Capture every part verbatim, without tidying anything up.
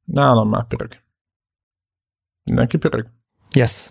Nálam már pörög. Mindenki pörög? Yes.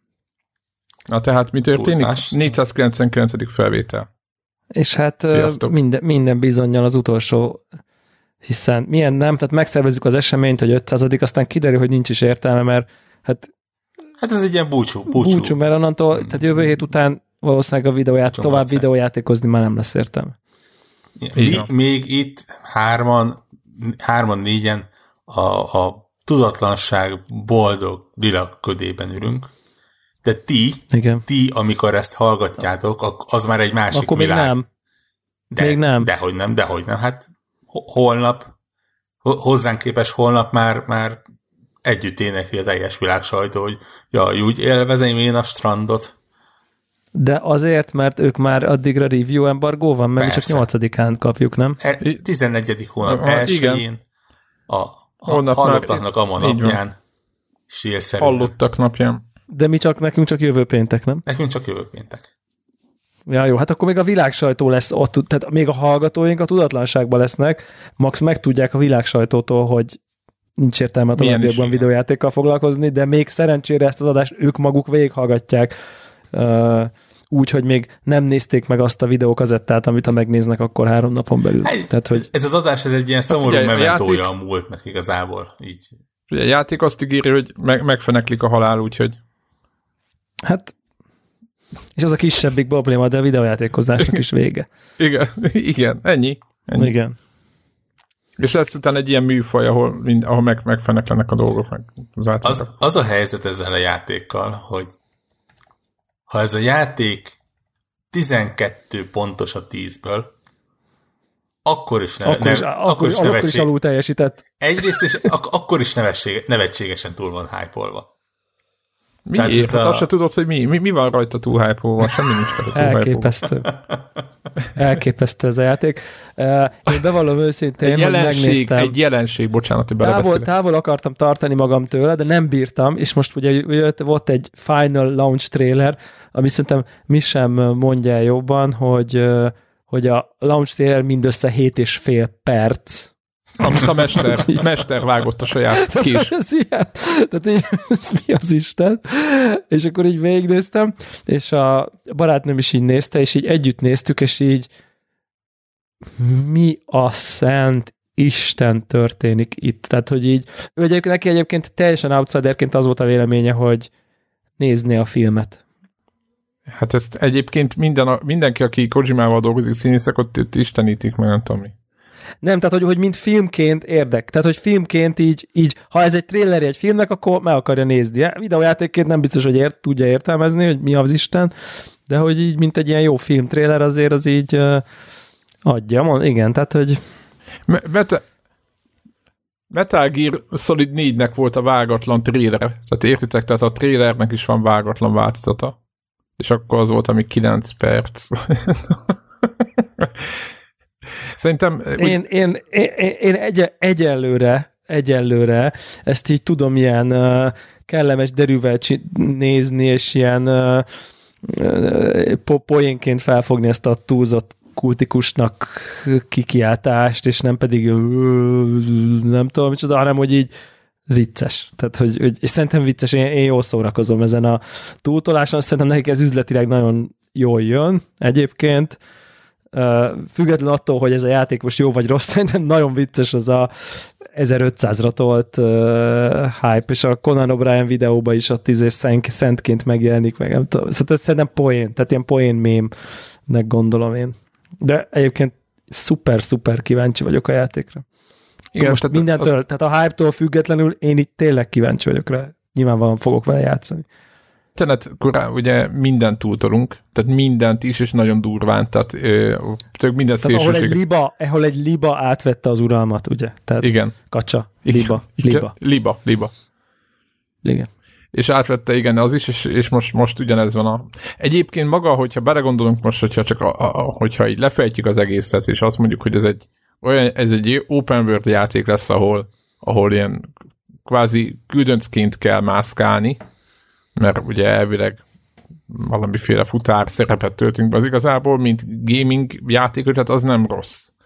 Na tehát mi történik? Túlzás. négyszázkilencvenkilencedik felvétel. És hát Sziasztok. minden, minden bizonnyal az utolsó, hiszen milyen nem, tehát megszervezzük az eseményt, hogy ötszázadik, aztán kiderül, hogy nincs is értelme, mert hát Hát ez egy ilyen búcsú. Búcsú, búcsú mert onnantól, tehát jövő hét után valószínűleg a videóját, Búcsú tovább hatszáz. videójátékozni már nem lesz értelme. Mi, még itt hárman, hárman, négyen a, a tudatlanság boldog lila ködében ülünk, de ti, Igen. ti, amikor ezt hallgatjátok, az már egy másik Akkor még világ. nem. De, még nem. Dehogy nem, dehogy nem. Hát holnap, hozzánk képes holnap már, már együtt énekli a teljes világ sajtó, hogy jaj, úgy élvezem én a strandot. De azért, mert ők már addigra review embargó van, meg Persze. csak nyolcadikán kapjuk, nem? E, tizennegyedik hónap Ha, elsőjén a, a Holnap már- hallottaknak a így napján stílszerűen. Hallottak napján. De mi csak, nekünk csak jövő péntek, nem? Nekünk csak jövő péntek. Ja, jó, hát akkor még a világsajtó lesz ott, tehát még a hallgatóink a tudatlanságban lesznek, max megtudják a világsajtótól, hogy nincs értelme a Milyen továbbiakban is, videójátékkal foglalkozni, de még szerencsére ezt az adást ők maguk végighallgatják, uh, úgy, hogy még nem nézték meg azt a videókazettát, amit ha megnéznek, akkor három napon belül. Hát, Tehát, hogy Ez az adás, ez egy ilyen szomorú figyelj, a mementója játék- a múltnak igazából. Így. Ugye a játék azt ígéri, hogy meg, megfeneklik a halál, úgyhogy hát és az a kisebbik probléma, de a videójátékozásnak is vége. igen, igen, ennyi. ennyi. Igen. És lesz utána egy ilyen műfaj, ahol, mind, ahol meg, megfeneklenek a dolgok, meg az átlatok. Az, az a helyzet ezzel a játékkal, hogy ha ez a játék tizenkettő pontos a tízből, akkor is, neve, Akkor is, ne, akkor, akkor is, akkor is nevetség, alul teljesített. egyrészt, és ak- akkor is nevetség, nevetségesen túl van hype-olva. Tehát Miért? ez Hát a- azt se tudod, hogy mi, mi, mi van rajta túl hype-olva, semmi nincs rajta túl hype-olva. Elképesztő. Elképesztő ez a játék. Uh, Én bevallom őszintén, Egy hogy jelenség, megnéztem. egy jelenség, bocsánat, hogy Távol, belebeszélek. távol akartam tartani magam tőle, de nem bírtam, és most ugye jött, volt egy final launch trailer, ami szerintem mi sem mondja el jobban, hogy, uh, hogy a launch trailer mindössze hét és fél perc. Amit a mester, mester vágott a saját kés. Ez ilyen. Tehát így, ez mi az Isten? És akkor így végignéztem, és a barátnőm is így nézte, és így együtt néztük, és így mi a szent Isten történik itt? Tehát, hogy így, ő egyébként, neki egyébként teljesen outsiderként az volt a véleménye, hogy nézni a filmet. Hát ezt egyébként minden, mindenki, aki Kojimával dolgozik, színészek, ott, ott istenítik, meg nem tudom mi. Nem, tehát, hogy, hogy mint filmként érdek. Tehát, hogy filmként így, így ha ez egy trailerje egy filmnek, akkor meg akarja nézni. Videójátékként nem biztos, hogy ért, tudja értelmezni, hogy mi az Isten, de hogy így, mint egy ilyen jó filmtrailer, azért az így uh, adja. Mond, igen, tehát, hogy Metal, Metal Gear Solid négynek volt a vágatlan trailer. Tehát értitek, tehát a trailernek is van vágatlan változata. És akkor az volt, ami kilenc perc. Szerintem... én, úgy, én, én, én egy, egyelőre, egyelőre ezt így tudom ilyen uh, kellemes derűvel csi- nézni, és ilyen uh, uh, po- poénként felfogni ezt a túlzott kultikusnak kikiáltást, és nem pedig uh, nem tudom micsoda, hanem hogy így vicces. Tehát, hogy, hogy és szerintem vicces, én, én jól szórakozom ezen a túltoláson, szerintem nekik ez üzletileg nagyon jól jön egyébként. Uh, független attól, hogy ez a játék most jó vagy rossz, szerintem nagyon vicces az a ezerötszázra tolt uh, hype, és a Conan O'Brien videóban is a tízes szentként megjelenik, meg nem tudom. Szóval ez szerintem poén, tehát ilyen poén mémnek gondolom én. De egyébként szuper-szuper kíváncsi vagyok a játékra. Igen, most tehát mindentől, a, tehát a hype-tól függetlenül én itt tényleg kíváncsi vagyok rá. Nyilvánvalóan fogok vele játszani. internet korán ugye mindent túltolunk, tehát mindent is, és nagyon durván, tehát ö, tök minden tehát ahol egy, szélsőséget. liba, ahol egy liba átvette az uralmat, ugye? Tehát Igen. Kacsa, liba, Igen. liba. Liba, liba. Igen. És átvette, igen, az is, és, és most, most ugyanez van a... Egyébként maga, hogyha belegondolunk most, hogyha csak a, a, hogyha így lefejtjük az egészet, és azt mondjuk, hogy ez egy olyan, ez egy open world játék lesz, ahol, ahol ilyen kvázi küldöncként kell mászkálni, mert ugye elvileg valamiféle futár szerepet töltünk be, az igazából, mint gaming játék, tehát az nem rossz.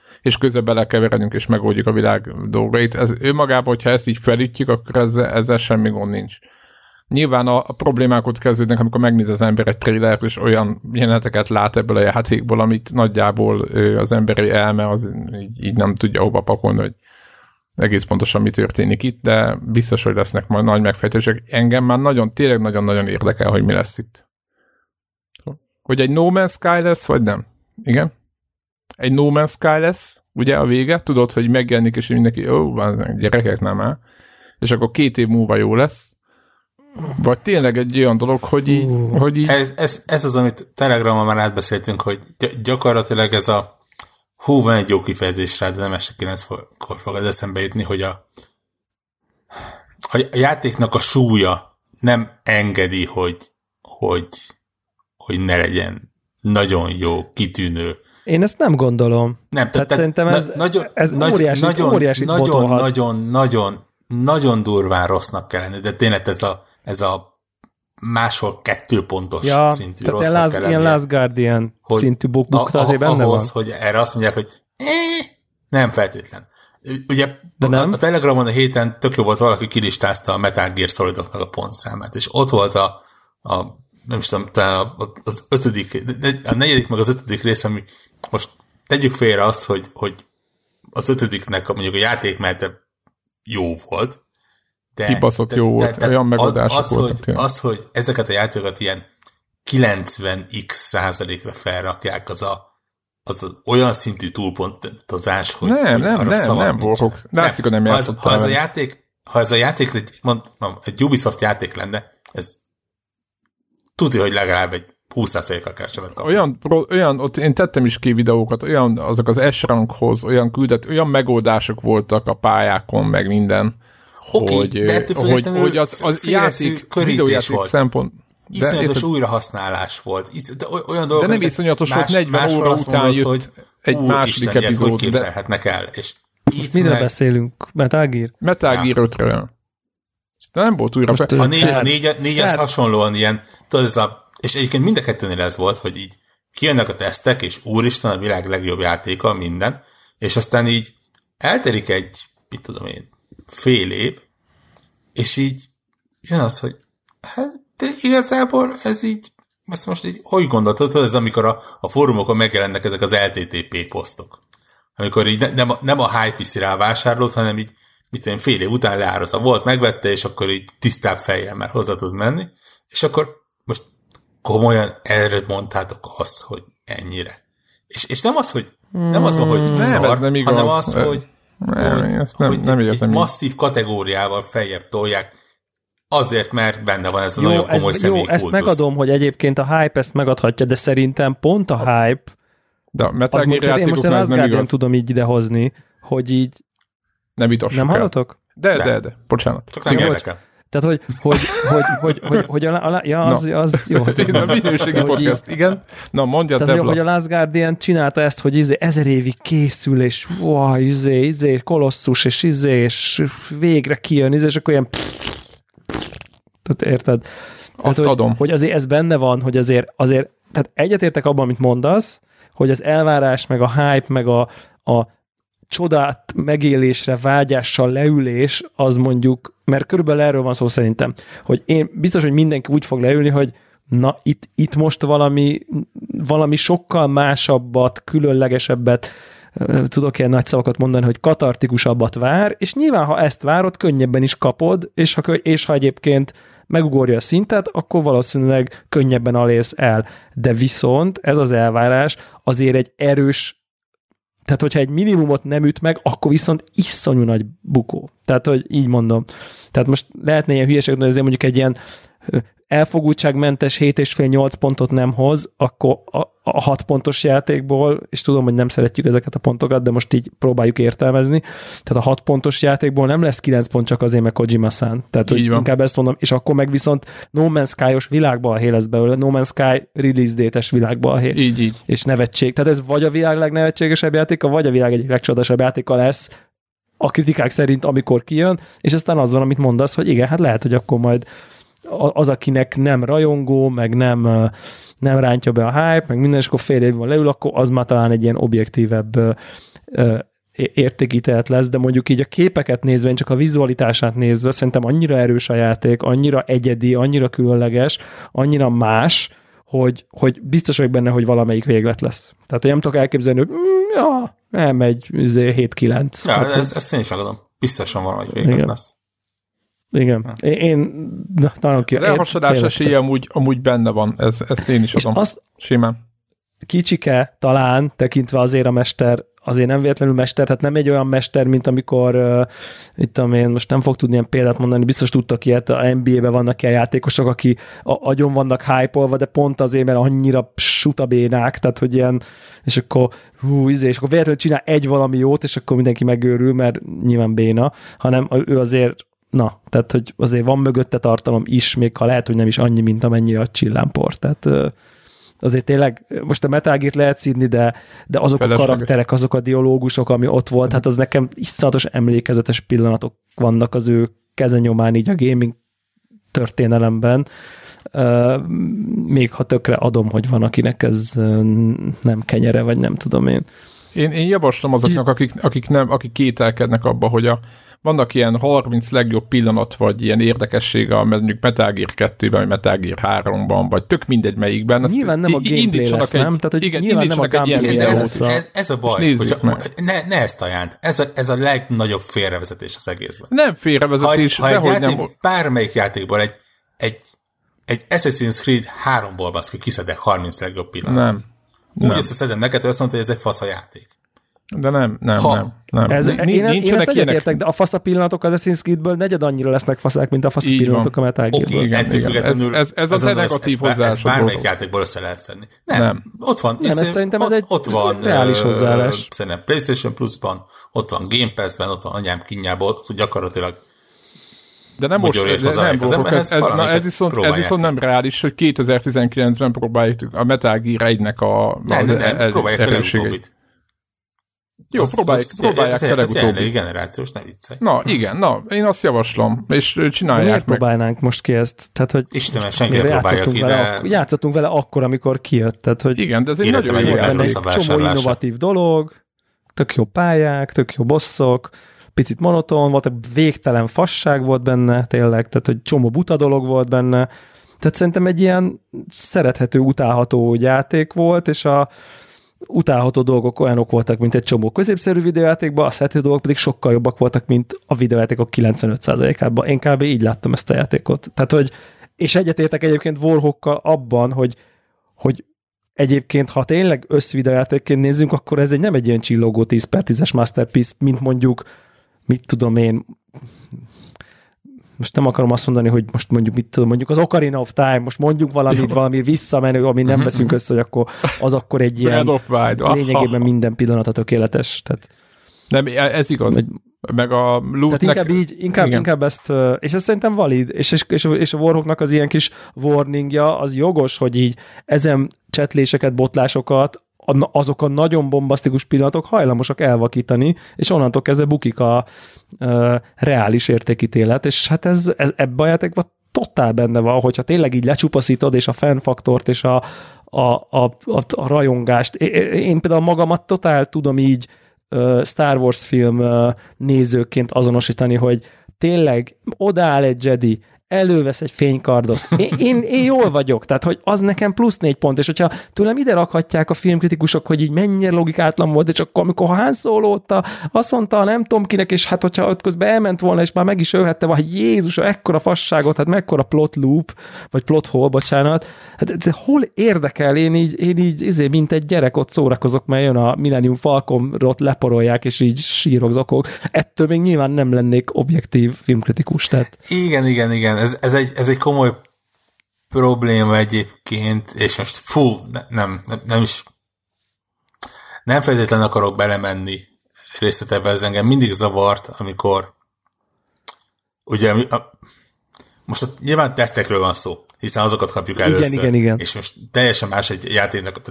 és közben belekeveredünk, és megoldjuk a világ dolgait. Ez önmagában, hogyha ezt így felütjük, akkor ezzel, ezzel semmi gond nincs. Nyilván a, a problémák ott kezdődnek, amikor megnéz az ember egy trailer, és olyan jeleneteket lát ebből a játékból, amit nagyjából az emberi elme az így, így nem tudja hova pakolni, hogy egész pontosan mi történik itt, de biztos, hogy lesznek majd nagy megfejtések. Engem már nagyon, tényleg nagyon-nagyon érdekel, hogy mi lesz itt. Hogy egy No Man's Sky lesz, vagy nem? Igen? Egy No Man's Sky lesz, ugye a vége? Tudod, hogy megjelenik, és mindenki, ó, gyerekek nem áll. És akkor két év múlva jó lesz. Vagy tényleg egy olyan dolog, hogy így... Uh, hogy így... Ez, ez, ez az, amit Telegramon már átbeszéltünk, hogy gyakorlatilag ez a hú, van egy jó kifejezés rá, de nem este kilenckor fog az eszembe jutni, hogy a, a játéknak a súlya nem engedi, hogy, hogy, hogy ne legyen nagyon jó, kitűnő. Én ezt nem gondolom. Nem, tehát szerintem ez, na, nagyon, ez nagy, óriási, nagyon, óriási nagyon, nagyon, nagyon, nagyon durván rossznak kell lenni, de tényleg ez a, ez a máshol kettő pontos ja, szintű rossznak láz, kell lenni. Ilyen Last Guardian szintű bukta azért benne ahhoz, van. hogy erre azt mondják, hogy eh, nem feltétlen. Ugye de a, nem? a Telegramon a héten tök jó volt, valaki kilistázta a Metal Gear Solidoknak a pontszámát, és ott volt a, a nem is tudom, az ötödik, a negyedik meg az ötödik rész, ami most tegyük félre azt, hogy, hogy az ötödiknek mondjuk a játékmenete jó volt, de, kibaszott de, jó de, volt, de, olyan megoldások az, voltak. Hogy, az, hogy ezeket a játékokat ilyen kilencven x százalékra felrakják, az a az, az olyan szintű túlpontozás, hogy nem, hogy nem, arra nem, nem, borok. Látszik, hogy nem játszottál. Ha ez a játék, ha ez a játék egy, mond, nem, egy Ubisoft játék lenne, ez tudja, hogy legalább egy húsz százalékkal kevesebbet kapni. Olyan, olyan, ott én tettem is ki videókat, olyan, azok az S-rankhoz, olyan küldet, olyan megoldások voltak a pályákon, meg minden, okay, hogy, hogy, hogy az, az játék, videójáték volt. Szempont... Iszonyatos újrahasználás volt. De, olyan dolgok, de nem iszonyatos, hogy negyven óra után mondod, jött hogy, egy második epizód. Hogy képzelhetnek el. És itt miről meg... beszélünk? Metal Gear? Metal Gear ötről. De nem volt újra. A négyhez négy, négy, hasonlóan ilyen, tudod, ez a, és egyébként mind a kettőnél ez volt, hogy így kijönnek a tesztek, és úristen, a világ legjobb játéka, minden, és aztán így elterik egy, mit tudom én, fél év, és így jön az, hogy hát, de igazából ez így, ezt most így, hogy gondoltad, ez amikor a, a fórumokon megjelennek ezek az el té té pé posztok. Amikor így ne, nem, a, nem a hype viszi rá a vásárlót, hanem így, mit tudom, fél év után leározza. Volt, megvette, és akkor így tisztább fejjel már hozzá tud menni, és akkor most komolyan erre mondtátok azt, hogy ennyire. És, és nem az, hogy nem az van, hogy nem, szar, nem igaz. hanem az, hogy, nem, hogy, ezt nem, hogy nem egy, egy masszív kategóriával feljebb tolják, azért, mert benne van ez a jó, nagyon komoly ezt, jó, ezt megadom, hogy egyébként a hype ezt megadhatja, de szerintem pont a hype de a Metal Gear játékoknál én most a Last Guardian tudom így idehozni, hogy így nem vitassuk nem hallotok? De, de, de, de, bocsánat. Csak nem érdekel. Tehát, hogy, hogy, hogy, hogy, hogy, hogy a, a, ja, az, az jó. Hogy a minőségi podcast, így, igen. Na, mondja, tehát, hogy, hogy a Last Guardian csinálta ezt, hogy izé ezer évig készül, és wow, izé, izé, kolosszus, és izé, és végre kijön, izé, és akkor ilyen tehát érted? Azt tehát, adom. Hogy, hogy azért ez benne van, hogy azért, azért tehát egyetértek abban, amit mondasz, hogy az elvárás, meg a hype, meg a, a csodát megélésre, vágyással leülés, az mondjuk, mert körülbelül erről van szó szerintem, hogy én biztos, hogy mindenki úgy fog leülni, hogy na, itt, itt most valami, valami sokkal másabbat, különlegesebbet, tudok ilyen nagy szavakat mondani, hogy katartikusabbat vár, és nyilván, ha ezt várod, könnyebben is kapod, és ha, és ha egyébként megugorja a szintet, akkor valószínűleg könnyebben alérsz el. De viszont ez az elvárás azért egy erős, tehát hogyha egy minimumot nem üt meg, akkor viszont iszonyú nagy bukó. Tehát, hogy így mondom. Tehát most lehetne ilyen hülyeségek, hogy azért mondjuk egy ilyen elfogultságmentes hét és fél nyolc pontot nem hoz, akkor a, a hat pontos játékból, és tudom, hogy nem szeretjük ezeket a pontokat, de most így próbáljuk értelmezni, tehát a hat pontos játékból nem lesz kilenc pont csak azért, meg Kojima-san. Tehát, hogy inkább ezt mondom, és akkor meg viszont No Man's Sky-os világbalhé lesz belőle, No Man's Sky release date-es világbalhé. Így, így. És nevetség. Tehát ez vagy a világ legnevetségesebb játéka, vagy a világ egyik legcsodásabb játéka lesz a kritikák szerint, amikor kijön, és aztán az van, amit mondasz, hogy igen, hát lehet, hogy akkor majd az, akinek nem rajongó, meg nem, nem rántja be a hype, meg minden, és akkor fél évben leül, akkor az már talán egy ilyen objektívebb értékítélet lesz, de mondjuk így a képeket nézve, én csak a vizualitását nézve, szerintem annyira erős a játék, annyira egyedi, annyira különleges, annyira más, hogy, hogy biztos vagyok benne, hogy valamelyik véglet lesz. Tehát én nem tudok elképzelni, hogy mm, ja, elmegy hét kilenc. Ja, hát, ezt, ezt én is megadom. Biztosan valamelyik véglet igen. lesz. Igen. Ja. Én, én nagyon ki... Az elhasadás esélye amúgy, amúgy benne van, ez, ezt én is adom. Azt simán. Kicsike talán, tekintve azért a mester, azért nem véletlenül mester, tehát nem egy olyan mester, mint amikor uh, itt tudom én, most nem fog tudni ilyen példát mondani, biztos tudtak ilyet, a en bé á-ben vannak ilyen játékosok, aki a, agyon vannak hype-olva, de pont azért, mert annyira sutabénák, tehát hogy ilyen, és akkor hú, izé, és akkor véletlenül csinál egy valami jót, és akkor mindenki megőrül, mert nyilván béna, hanem ő azért na, tehát hogy azért van mögötte tartalom is, még ha lehet, hogy nem is annyi, mint amennyire a csillámpor. Tehát uh, azért tényleg, most a Metal Gear-t lehet szídni, de, de azok Felesleges. A karakterek, azok a dialógusok, ami ott volt, hát az nekem iszonyatos emlékezetes pillanatok vannak az ő kezenyomán így a gaming történelemben. Uh, még ha tökre adom, hogy van, akinek ez uh, nem kenyere, vagy nem tudom én. Én, én javaslom azoknak, akik, akik, nem, akik kételkednek abba, hogy a, vannak ilyen harminc legjobb pillanat, vagy ilyen érdekessége, mert mondjuk Metal Gear kettőben, vagy Metal Gear háromban, vagy tök mindegy melyikben. Nyilván nem a gameplay lesz, egy, nem? Tehát, hogy igen, nyilván nem a gameplay ez, ez, ez a baj, hogy ne, ne ezt ajánld. Ez a, ez a legnagyobb félrevezetés az egészben. Nem félrevezetés, ha, ha dehogy játék, nem. Bármelyik játékból egy, egy, egy Assassin's Creed háromból baszki kiszedek harminc legjobb pillanatot. Nem. Úgy nem. összeszedem neked, hogy azt mondta, hogy ez egy fasz a játék. De nem, nem, ha, nem. nem. Ez, én, én, én ezt egyetértek, de a fasz a pillanatok az Assassin's Creedből negyed annyira lesznek faszák, mint a fasz a pillanatok a Metal Gearből. Oké, ettől függetlenül. Ez, ez, ez az egy negatív hozzáállás. Ez bármelyik játékból össze lehet szedni. Nem, nem. Ott van. Nem, ez szerintem ez egy ott van, reális hozzáállás. Szerintem PlayStation Plus-ban, ott van Game Pass-ben, ott van anyám kínjából, ott gyakorlatilag de nem most, de nem bókok, ez, ez, na, ez, viszont, ez viszont nem reális, hogy kétezer-tizenkilencben próbáljuk a Metal Gear egynek a nem, nem, nem, el, próbálják erősségeit. Jó, az, próbálják, az, próbálják fel legutóbbi. Ez generációs, ne viccelj. Na, igen, na, én azt javaslom, és csinálják meg. próbálnánk most ki ezt? Tehát, hogy Istenem, senki próbálja ki, de... Játszottunk vele akkor, amikor kijött. Tehát, hogy igen, de ez egy nagyon jó játék. Csomó innovatív dolog, tök jó pályák, tök jó bosszok, picit monoton volt, végtelen fasság volt benne, tényleg, tehát, hogy csomó buta dolog volt benne. Tehát szerintem egy ilyen szerethető, utálható játék volt, és a utálható dolgok olyanok voltak, mint egy csomó középszerű videójátékban, a szerető dolgok pedig sokkal jobbak voltak, mint a videójátékok kilencvenöt százalékában. Én kb. Így láttam ezt a játékot. Tehát, hogy, és egyetértek egyébként Warhawkkal abban, hogy, hogy egyébként, ha tényleg összvideójátékként nézzünk, akkor ez egy nem egy ilyen csillogó tíz per tízes masterpiece, mint mondjuk, mit tudom én, most nem akarom azt mondani, hogy most mondjuk, mit tudom, mondjuk az Ocarina of Time, most mondjuk valamit, valami visszamenő, ami nem veszünk össze, hogy akkor az akkor egy ilyen lényegében minden pillanata tökéletes. Tehát, nem, ez igaz. Egy, meg a lootnek... Tehát inkább így, inkább, inkább ezt, és ez szerintem valid, és, és, és, és a Warhawknak az ilyen kis warningja, az jogos, hogy így ezen csetléseket, botlásokat, azok a nagyon bombasztikus pillanatok hajlamosak elvakítani, és onnantól kezdve bukik a, a reális értékítélet, és hát ez, ez ebben a játékban totál benne van, hogyha tényleg így lecsupaszítod, és a fanfaktort, és a, a, a, a, a rajongást. Én például magamat totál tudom így uh, Star Wars film uh, nézőként azonosítani, hogy tényleg odaáll egy Jedi, elővesz egy fénykardot. Én, én, én jól vagyok, tehát hogy az nekem plusz négy pont, és hogyha tőlem ide rakhatják a filmkritikusok, hogy így mennyire logikátlan volt, és akkor amikor Han Solo-ta azt mondta, nem tudom kinek, és hát hogyha ott közben elment volna, és már meg is ölhette, vagy Jézus, ekkora fasságot, hát mekkora plot loop, vagy plot hole, bocsánat, hát ez hol érdekel, én így, én így izé, mint egy gyerek ott szórakozok, mert jön a Millennium Falconot leporolják, és így sírok, zokog. Ettől még nyilván nem lennék objektív filmkritikus, tehát... Igen, igen, igen. Ez, ez, egy, ez egy komoly probléma egyébként, és most fú, ne, nem, nem, nem is nem feltétlenül akarok belemenni részletebe, ez engem mindig zavart, amikor ugye a, most ott nyilván tesztekről van szó, hiszen azokat kapjuk először. Igen, igen, igen. És most teljesen más egy játéknak,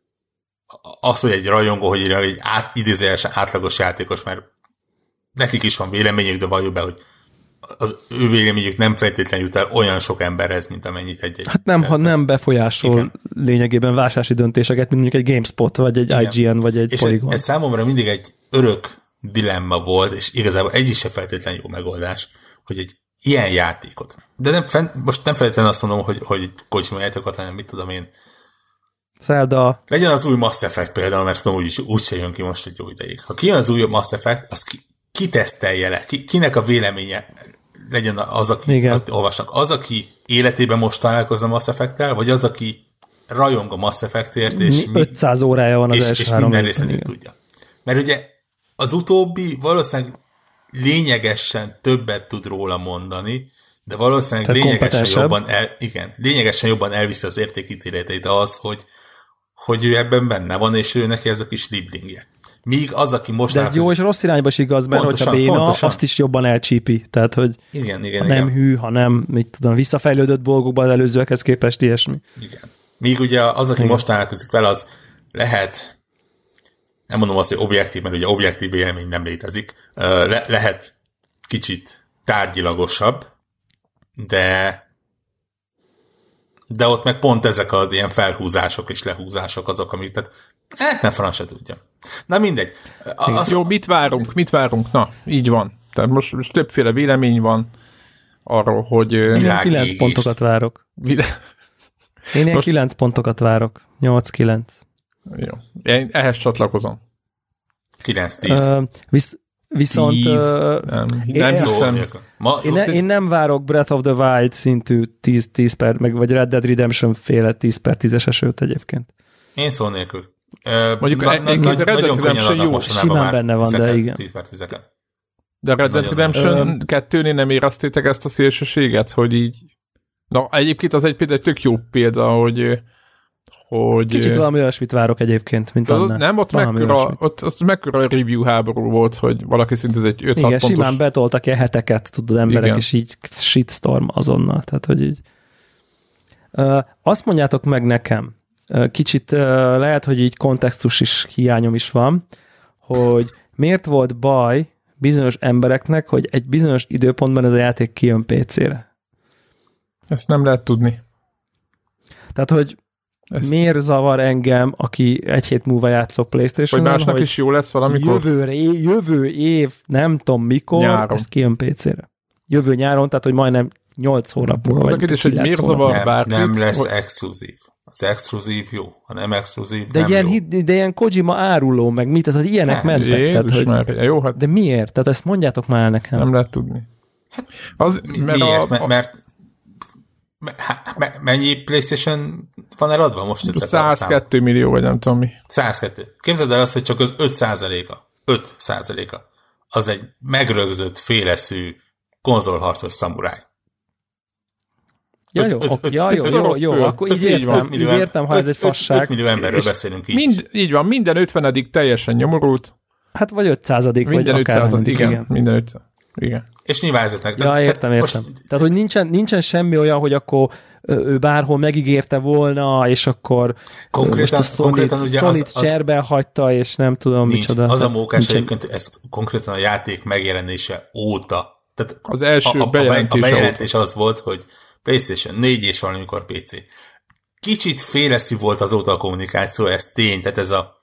az, hogy egy rajongó, hogy egy át, idézőjelesen átlagos játékos, mert nekik is van véleményük, de valljuk be, hogy az ő véleményük nem feltétlenül jut el olyan sok emberhez, mint amennyit egy-egy... Hát nem, ha nem befolyásol igen. lényegében vásárlási döntéseket, mint mondjuk egy GameSpot, vagy egy igen. I G N, vagy egy és Polygon. Ez, ez számomra mindig egy, örök dilemma volt, és igazából egy is se feltétlenül jó megoldás, hogy egy ilyen játékot. De nem, most nem feltétlenül azt mondom, hogy, hogy Kojima játékokat, hanem mit tudom én. Zelda. Legyen az új Mass Effect például, mert tudom, úgyis úgyse jön ki most egy jó ideig. Ha kijön az új Mass Effect, az ki, ki tesztelje le, ki, kinek a véleménye legyen az, aki az, olvasnak. Az, aki életében most találkozom Mass Effect-tel, vagy az, aki rajong a Mass Effect-ért, és ötszáz órája van az és, első és három minden részletét tudja. Mert ugye az utóbbi valószínűleg lényegesen többet tud róla mondani, de valószínűleg Tehát lényegesen jobban, el, igen, lényegesen jobban elviszi az értékítéleteit az, hogy, hogy ő ebben benne van, és ő neki ez a kis liblingje. Míg az, aki most... De ez jó és rossz irányba is igaz, mert pontosan, hogyha béna, pontosan. Azt is jobban elcsípi. Tehát, hogy igen, igen, ha igen. nem hű, ha nem, mit tudom, visszafejlődött dolgokban az előzőekhez képest ilyesmi. Igen. Míg ugye az, aki igen. most találkozik vele, az lehet, nem mondom azt, hogy objektív, mert ugye objektív vélemény nem létezik, le, lehet kicsit tárgyilagosabb, de de ott meg pont ezek az ilyen felhúzások és lehúzások azok, amik, tehát hát nem franc se tudja. Na mindegy. Az... Jó, mit várunk, mit várunk? Na, így van. Tehát most, most többféle vélemény van arról, hogy... Én kilenc pontokat várok. Vilá... Én ilyen most... kilenc pontokat várok. nyolc-kilenc. Jó. Én ehhez csatlakozom. kilenc-tíz. Uh, visz... Viszont tíz, uh, nem, én, nem hiszem. Ma, én, ne, én nem várok Breath of the Wild szintű tíz, tíz per, meg vagy Red Dead Redemption féle tíz per tízes esőt egyébként. Én szó nélkül. Uh, Mondjuk na, na, nagy, nagyon könnyen adnak mostanában már benne van, tízeket, de igen. tíz per tízeket. De Red Dead Redemption kettőnél nem éreztétek ezt a szélsőséget, hogy így... Na, egyébként az egy például egy tök jó példa, hogy... hogy kicsit valami olyasmit várok egyébként, mint annál. Nem, ott mekkora, ott, ott mekkora review háború volt, hogy valaki szinte ez egy öt-hat igen, pontos... simán betoltak ilyen heteket, tudod, emberek, igen. És így shitstorm azonnal. Tehát, hogy így... Uh, azt mondjátok meg nekem, uh, kicsit uh, lehet, hogy így kontextus is hiányom is van, hogy miért volt baj bizonyos embereknek, hogy egy bizonyos időpontban ez a játék kijön pé cére. Ezt nem lehet tudni. Tehát, hogy Ezt... miért zavar engem, aki egy hét múlva játszok PlayStation-on, hogy másnak hogy is jó lesz valamikor? Jövőre, jövő év, nem tudom mikor, nyáron. Ez kijön pé cére. Jövő nyáron, tehát, hogy majdnem nyolc hónap múlva. Az a kérdés, hogy miért zavar nem, bárkit? Nem lesz hogy... exkluzív. Az exkluzív jó, ha nem exkluzív, de nem ilyen, jó. De ilyen Kojima áruló, meg mit, ez az ilyenek mentek. Tehát, hogy... már, jó, hát... De miért? Tehát ezt mondjátok már nekem. Nem lehet tudni. Hát, az, mert miért? A, a... Mert mennyi PlayStation van eladva most? százkettő millió, vagy nem tudom mi. százkettő. Képzeld el azt, hogy csak az öt százaléka, öt százaléka az egy megrögzött, féleszű, konzolharcos szamuráj. Ja, jó, öt, öt, ja, jó, öt, jó, jó, jó, akkor így értem, így értem, ha ez egy fasság. öt millió emberről beszélünk így. Mind, így van, minden ötvenedik teljesen nyomorult. Hát vagy ötszázadik, minden vagy akár ötszázadik, igen, igen. Minden ötszázadik. Igen. És nyilván ezeknek. Ja, értem, értem. Most... Tehát, hogy nincsen, nincsen semmi olyan, hogy akkor ő bárhol megígérte volna, és akkor konkrétan, most a konkrétan ugye Sony-t az, cserben hagyta, és nem tudom nincs, micsoda. Az a mókás egyébként, ez konkrétan a játék megjelenése óta. Tehát az első a, a, bejelentés, a bejelentés az volt, hogy PlayStation négy és valamikor pé cé. Kicsit féleszű volt azóta a kommunikáció, ez tény, tehát ez a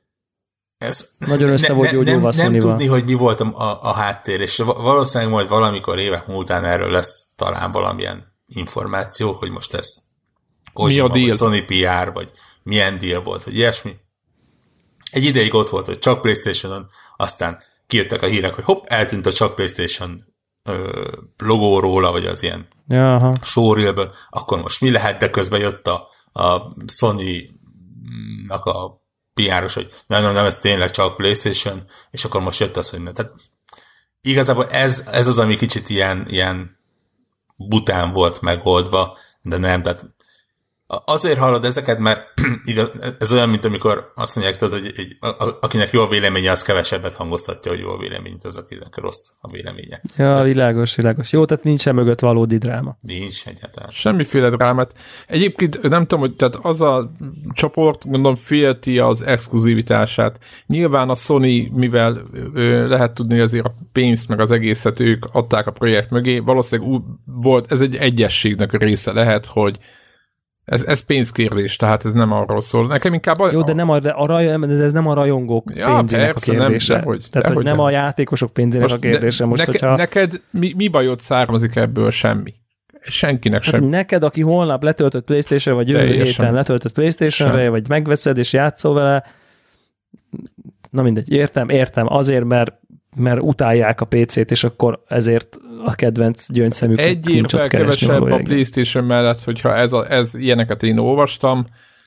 Ez nagyon össze volt gyógyulva nem, nem tudni, hogy mi volt a, a, a háttér, és valószínűleg majd valamikor évek múltán erről lesz talán valamilyen információ, hogy most ez Kojima, vagy Sony pé er, vagy milyen deal volt, hogy ilyesmi. Egy ideig ott volt, hogy csak PlayStation-on, aztán kijöttek a hírek, hogy hopp, eltűnt a csak PlayStation ö, logó róla, vagy az ilyen Jaha. showreelből, akkor most mi lehet, de közben jött a, a Sony-nak a pé er-os, hogy nem, nem, nem, ez tényleg csak PlayStation, és akkor most jött az, hogy ne. Tehát igazából ez, ez az, ami kicsit ilyen, ilyen bután volt megoldva, de nem, tehát azért hallod ezeket, mert igaz, ez olyan, mint amikor azt mondják, tudod, hogy egy, a, akinek jó a véleménye, az kevesebbet hangoztatja, hogy jó a véleményt, az akinek rossz a véleménye. Ja, tehát, világos, világos. Jó, tehát nincsen mögött valódi dráma. Nincs egyáltalán. Semmiféle drámát. Egyébként nem tudom, hogy tehát az a csoport, gondolom, félti az exkluzivitását. Nyilván a Sony, mivel ö, lehet tudni azért a pénzt, meg az egészet ők adták a projekt mögé, valószínűleg úgy volt, ez egy egyességnek a része lehet, hogy Ez, ez pénzkérdés, tehát ez nem arról szól. Nekem inkább... A, Jó, de, nem a, a raj, de ez nem a rajongók ja, pénzének persze, a kérdése. Nem, dehogy, tehát, dehogy hogy nem de. a játékosok pénzének most a kérdése. Most, neke, hogyha... Neked mi, mi bajod származik ebből? Semmi. Senkinek hát sem. Neked, aki holnap letöltött PlayStation, vagy jövő héten letöltött PlayStation-re, vagy megveszed és játszol vele, na mindegy, értem, értem, azért, mert, mert utálják a pé cét, és akkor ezért a kedvenc gyöngyszemük egy évvel kevesebb a PlayStation mellett, hogyha ez, a, ez ilyeneket én olvastam,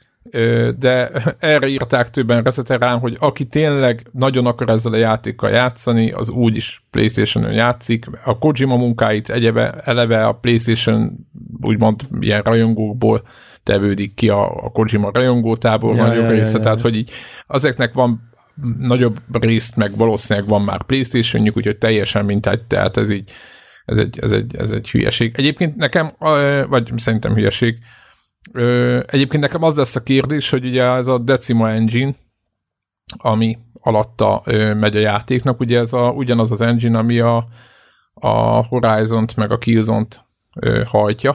de erre írták többen reszeterán, hogy aki tényleg nagyon akar ezzel a játékkal játszani, az úgyis PlayStation-on játszik. A Kojima munkáit egyebe, eleve a PlayStation úgymond ilyen rajongókból tevődik ki a, a Kojima rajongótából ja, nagyobb ja, része, ja, ja, tehát ja. hogy így azeknek van nagyobb részt, meg valószínűleg van már PlayStation-jük, úgyhogy teljesen mintágy, tehát ez így ez egy, ez egy, ez egy hülyeség. Egyébként nekem, vagy szerintem hülyeség, egyébként nekem az lesz a kérdés, hogy ugye ez a Decima Engine, ami alatta megy a játéknak, ugye ez a, ugyanaz az engine, ami a, a Horizont meg a Killzone-t hajtja,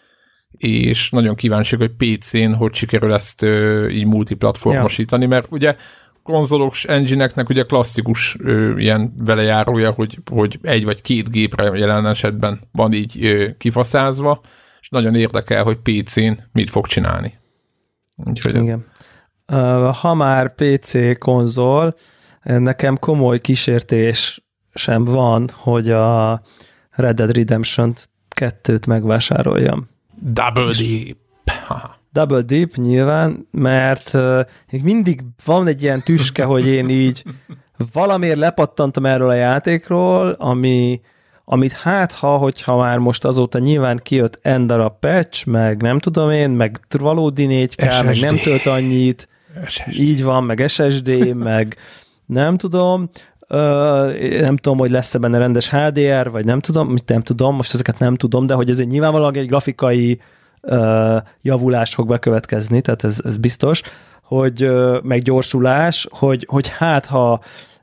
és nagyon kíváncsi, hogy pé cén hogy sikerül ezt így multiplatformosítani, mert ugye konzolos engine-eknek ugye klasszikus ö, ilyen velejárója, hogy, hogy egy vagy két gépre jelen esetben van így ö, kifaszázva, és nagyon érdekel, hogy pé cén mit fog csinálni. Úgyhogy igen. Ez... Ha már pé cé konzol, nekem komoly kísértés sem van, hogy a Red Dead Redemption kettőt megvásároljam. Double Deep. Double Deep nyilván, mert uh, mindig van egy ilyen tüske, hogy én így valamiért lepattantam erről a játékról, ami, amit hát ha, hogyha már most azóta nyilván kijött N darab patch, meg nem tudom én, meg valódi négy ká, es es dé. Meg nem tölt annyit, es es dé. Így van, meg es es dé, meg nem tudom, uh, nem tudom, hogy lesz-e benne rendes há dé er, vagy nem tudom, mit nem tudom, most ezeket nem tudom, de hogy ez egy nyilvánvalóan egy grafikai Uh, javulás fog bekövetkezni, tehát ez, ez biztos, hogy uh, meg gyorsulás, hogy, hogy hát ha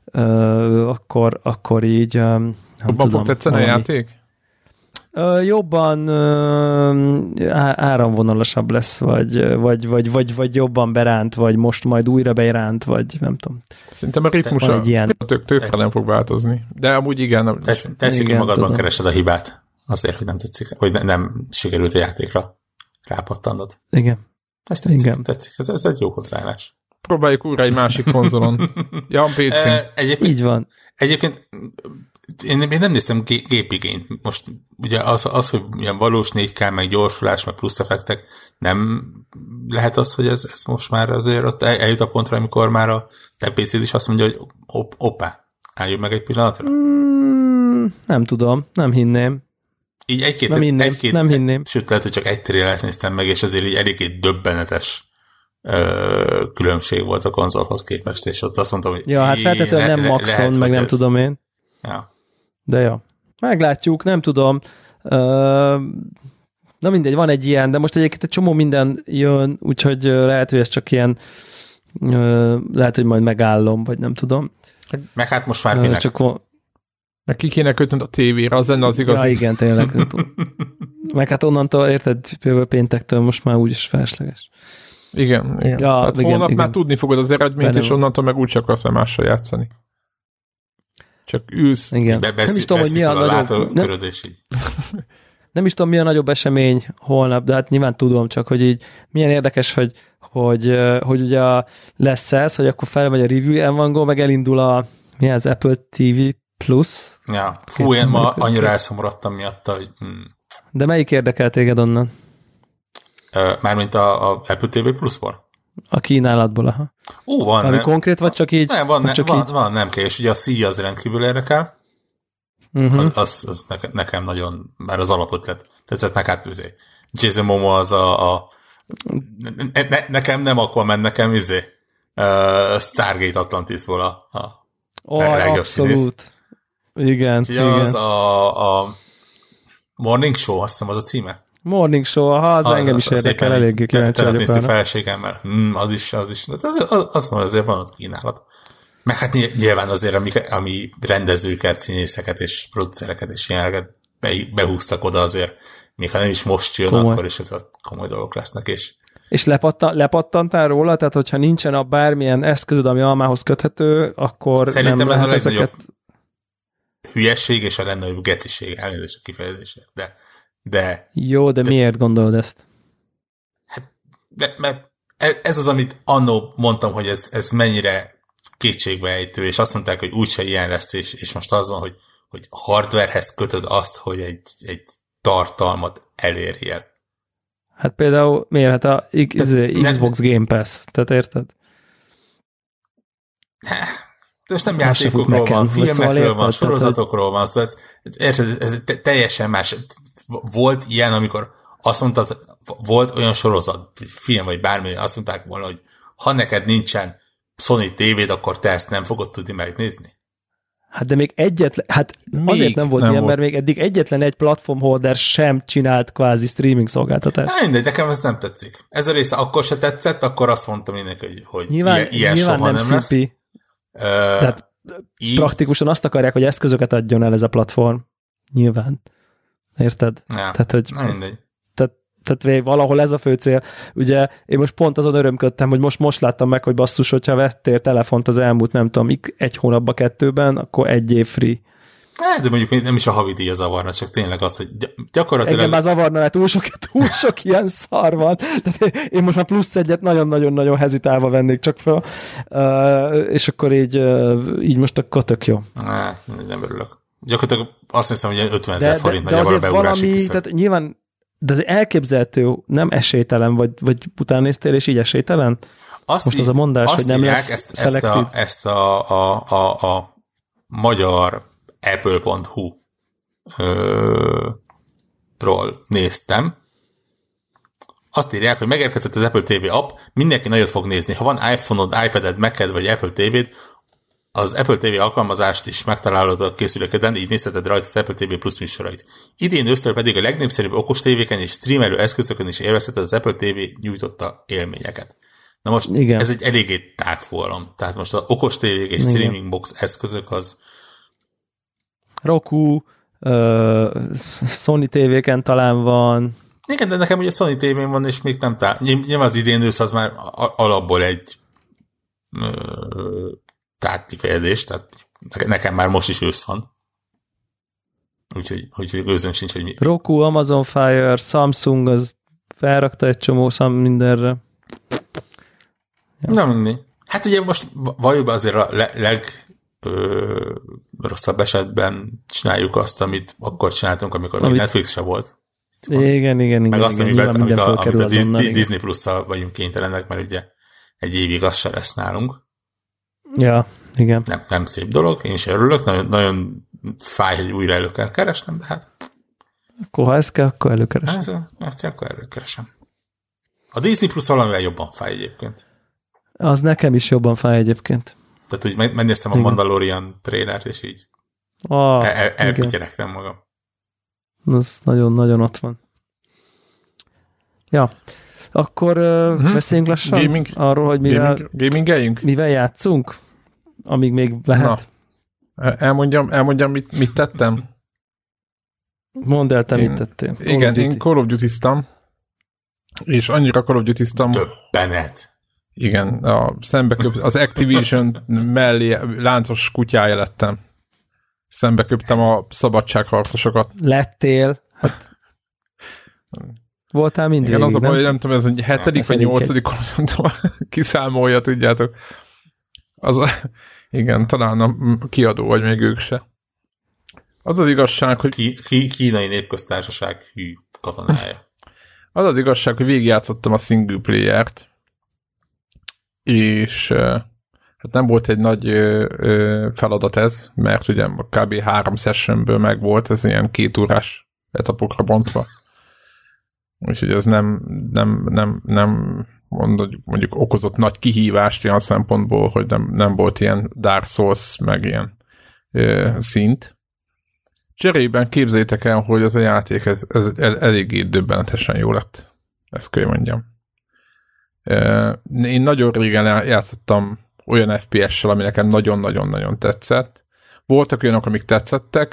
uh, akkor, akkor így um, nem jobban tudom, fog tetszeni valami. A játék? Uh, jobban uh, áramvonalasabb lesz, vagy, vagy, vagy, vagy, vagy jobban beránt, vagy most majd újra beránt, vagy nem tudom. Szerintem a ritmusa ilyen... tök, tökre nem fog változni. De amúgy igen. Tetszik, hogy magadban tudom. Keresed a hibát azért, hogy nem tetszik, hogy ne, nem sikerült a játékra rápattannod. Igen. Ez tetszik, igen. tetszik. Ez, ez egy jó hozzáállás. Próbáljuk újra egy másik konzolon. Ja, pé cén. E, Így van. Egyébként én, én nem néztem gé- gépigényt. Most ugye az, az, hogy ilyen valós négy ká, meg gyorsulás, meg plusz effektek, nem lehet az, hogy ez, ez most már azért ott eljut a pontra, amikor már a te pé céd is azt mondja, hogy op, oppá, álljunk meg egy pillanatra? Mm, nem tudom, nem hinném. Így egy-két, nem hinném, egy-két, nem hinném. Sőt, lehet, hogy csak egy trélert néztem meg, és azért így eléggé döbbenetes ö, különbség volt a konzolhoz képest, és ott azt mondtam, hogy ja, hát feltétlenül le, nem le, maxon, lehet, meg nem ez... tudom én. Ja. De ja. Meglátjuk, nem tudom. Uh, na mindegy, van egy ilyen, de most egyébként egy csomó minden jön, úgyhogy lehet, hogy ez csak ilyen uh, lehet, hogy majd megállom, vagy nem tudom. Meg hát most már minek? Uh, csak meg ki kéne kötnöd a tévére, az lenne az igazi. Ja, igen, tényleg. Meg hát onnantól, érted, jövő péntektől most már úgyis felesleges. Igen, igen. Ja, hát igen, holnap igen. már tudni fogod az eredményt, Benne és onnantól meg úgy csak akarsz már mással játszani. Csak ülsz. Igen. Be, nem is tudom, hogy mi a, a nagyobb... Nem, nem is tudom, mi a nagyobb esemény holnap, de hát nyilván tudom csak, hogy így milyen érdekes, hogy, hogy, hogy ugye lesz ez, hogy akkor felmegy a review embargo, meg elindul a mi az Apple té vé Plus. Ja, fú, én ma annyira elszomorodtam miatta, hogy... Hmm. De melyik érdekel téged onnan? Mármint a, a Apple té vé Plus-ból? A kínálatból, aha. Ó, van. Valami konkrét, vagy csak így? Nem, van, ne, csak van, így? van, nem kell, és ugye a Sea az rendkívül érdekel. Uh-huh. Az, az, az nekem, nekem nagyon, már az alapötlet tetszett meg, hát üzé. Jason Momoa az a, a ne, ne, nekem nem Aquaman, nekem üzé. Uh, Stargate Atlantisból a, a oh, legjobb abszolút. Színész. Igen, ugye igen. az a, a Morning Show, azt hiszem az a címe. Morning Show, ha az, az engem az, is érdekel, eléggé kíváncsi vagyok. Te feleségemmel. Hmm, az is, az is. Az, az, az van, azért van ott kínálat. Meg hát nyilván azért, ami, ami rendezőket, színészeket és producereket és ilyeneket behúztak oda azért, még ha nem is most jön, komoly. Akkor is ez a komoly dolgok lesznek, és És lepattan, lepattantál róla? Tehát, hogyha nincsen a bármilyen eszközöd, ami almához köthető, akkor szerintem nem ez lehet a legnagyobb ezeket... hülyesség és a legnagyobb geciség, elnézést a kifejezésért, de, de... Jó, de, de miért gondolod ezt? Hát, de, mert ez az, amit annó mondtam, hogy ez, ez mennyire kétségbeejtő, és azt mondták, hogy úgyse ilyen lesz, és, és most az van, hogy, hogy hardwarehez kötöd azt, hogy egy, egy tartalmat elérjél. Hát például miért? Hát a Xbox Game Pass, tehát érted? De most nem játékokról van, filmekről van, sorozatokról van, szóval ez, érted, ez teljesen más. Volt ilyen, amikor azt mondtad, volt olyan sorozat, film vagy bármi, azt mondták volna, hogy ha neked nincsen Sony tévéd, akkor te ezt nem fogod tudni megnézni. Hát de még egyetlen, hát még azért nem volt nem ilyen, volt. Mert még eddig egyetlen egy platformholder sem csinált kvázi streaming szolgáltatást. Nem, mindegy, nekem ez nem tetszik. Ez a része akkor se tetszett, akkor azt mondtam mindenki, hogy, hogy nyilván, ilyen, ilyen nyilván soha nem, nem lesz. Uh, Tehát így... praktikusan azt akarják, hogy eszközöket adjon el ez a platform. Nyilván. Érted? Ja, tehát, hogy nem mindegy. Tehát, tehát valahol ez a fő cél. Ugye én most pont azon örömködtem, hogy most, most láttam meg, hogy basszus, hogyha vettél telefont az elmúlt, nem tudom, egy hónapba, kettőben, akkor egy év free. Hát, de mondjuk nem is a havidíja zavarna, csak tényleg az, hogy gyakorlatilag... Engem már zavarna, mert túl sok, túl sok ilyen szar van. Tehát én most már plusz egyet nagyon-nagyon-nagyon hezitálva vennék csak fel, uh, és akkor így, uh, így most akkor tök jó. Hát, nem örülök. Gyakorlatilag azt hiszem, hogy ötvenezer forint nagyjából a beugrási valami, tehát nyilván, de az elképzelhető, nem esélytelen, vagy, vagy utána néztél, és így esélytelen? Azt most í- az a mondás, hogy nem lesz ezt, ezt, a, ezt a, a, a, a magyar apple pont hu ö, ról néztem. Azt írják, hogy megérkezett az Apple té vé app, mindenki nagyot fog nézni. Ha van iPhone-od, iPad-ed, Mac-ed vagy Apple té véd, az Apple té vé alkalmazást is megtalálod a készülékeden, így nézheted rajta az Apple té vé Plus műsorait. Idén ősztől pedig a legnépszerűbb okos tévéken és streamelő eszközökön is élvezheted az Apple té vé nyújtotta élményeket. Na most igen. Ez egy eléggé tág fogalom. Tehát most az okos tévék és streaming box eszközök az Roku, uh, Sony tévéken talán van. Igen, de nekem ugye Sony tévén van, és még nem talán. Nyilván az idén ősz az már alapból egy uh, tágkifejezés, tehát nekem már most is ősz van. Úgyhogy, úgyhogy gőzöm sincs, hogy mi. Roku, Amazon Fire, Samsung, az felrakta egy csomó szám mindenre. Ja. Nem mindig. Hát ugye most valójában azért a le- leg ö, rosszabb esetben csináljuk azt, amit akkor csináltunk, amikor amit... még Netflix se volt. Igen, igen, igen. Meg igen, azt, igen, amivel, amit a, amit a Disney, azonnal, Disney Plus-szal vagyunk kénytelenek, mert ugye egy évig az se lesz nálunk. Ja, igen. Nem, nem szép dolog, én is örülök, nagyon, nagyon fáj, hogy újra elő kell keresnem, de hát... Akkor ha ez kell, akkor előkeresem. Ez kell, akkor előkeresem. A Disney Plus valamivel jobban fáj egyébként. Az nekem is jobban fáj egyébként. Tehát úgy megnéztem a Mandalorian trailert, és így ah, el, el, elpityeregtem magam. Az nagyon-nagyon ott van. Ja. Akkor uh, hmm. beszéljünk lassan gaming, arról, hogy mivel, gaming, gamingeljünk? mivel játszunk, amíg még lehet. Na, elmondjam, elmondjam mit, mit tettem? Mondd el, te én, mit tettél. Call igen, én Call of Duty-ztam, és annyira Call of Duty-ztam. Döbbenet. Igen, a szembeköp, az Activision mellé láncos kutyája lettem. Szembeköptem a szabadságharcosokat. Lettél? Hát... Voltál mindig. Igen, az a baj, hogy nem tudom, ez egy hetedik vagy nyolcadik kiszámolja, tudjátok. Az a, igen, talán a kiadó, vagy még ők se. Az az igazság, hogy... Ki, ki, kínai népköztársaság hű katonája. Az az igazság, hogy végigjátszottam a single player-t, és hát nem volt egy nagy ö, ö, feladat ez, mert ugye kb. három sessionből meg volt, ez ilyen két órás etapokra bontva. Úgyhogy ez nem, nem, nem, nem mondjuk, mondjuk okozott nagy kihívást ilyen szempontból, hogy nem, nem volt ilyen Dark Souls, meg ilyen ö, szint. Cserében képzeljétek el, hogy ez a játék ez, ez el, eléggé döbbenetesen jó lett. Ezt kell mondjam. Én nagyon régen játszottam olyan ef pé es-sel, ami nekem nagyon-nagyon-nagyon tetszett. Voltak olyanok, amik tetszettek,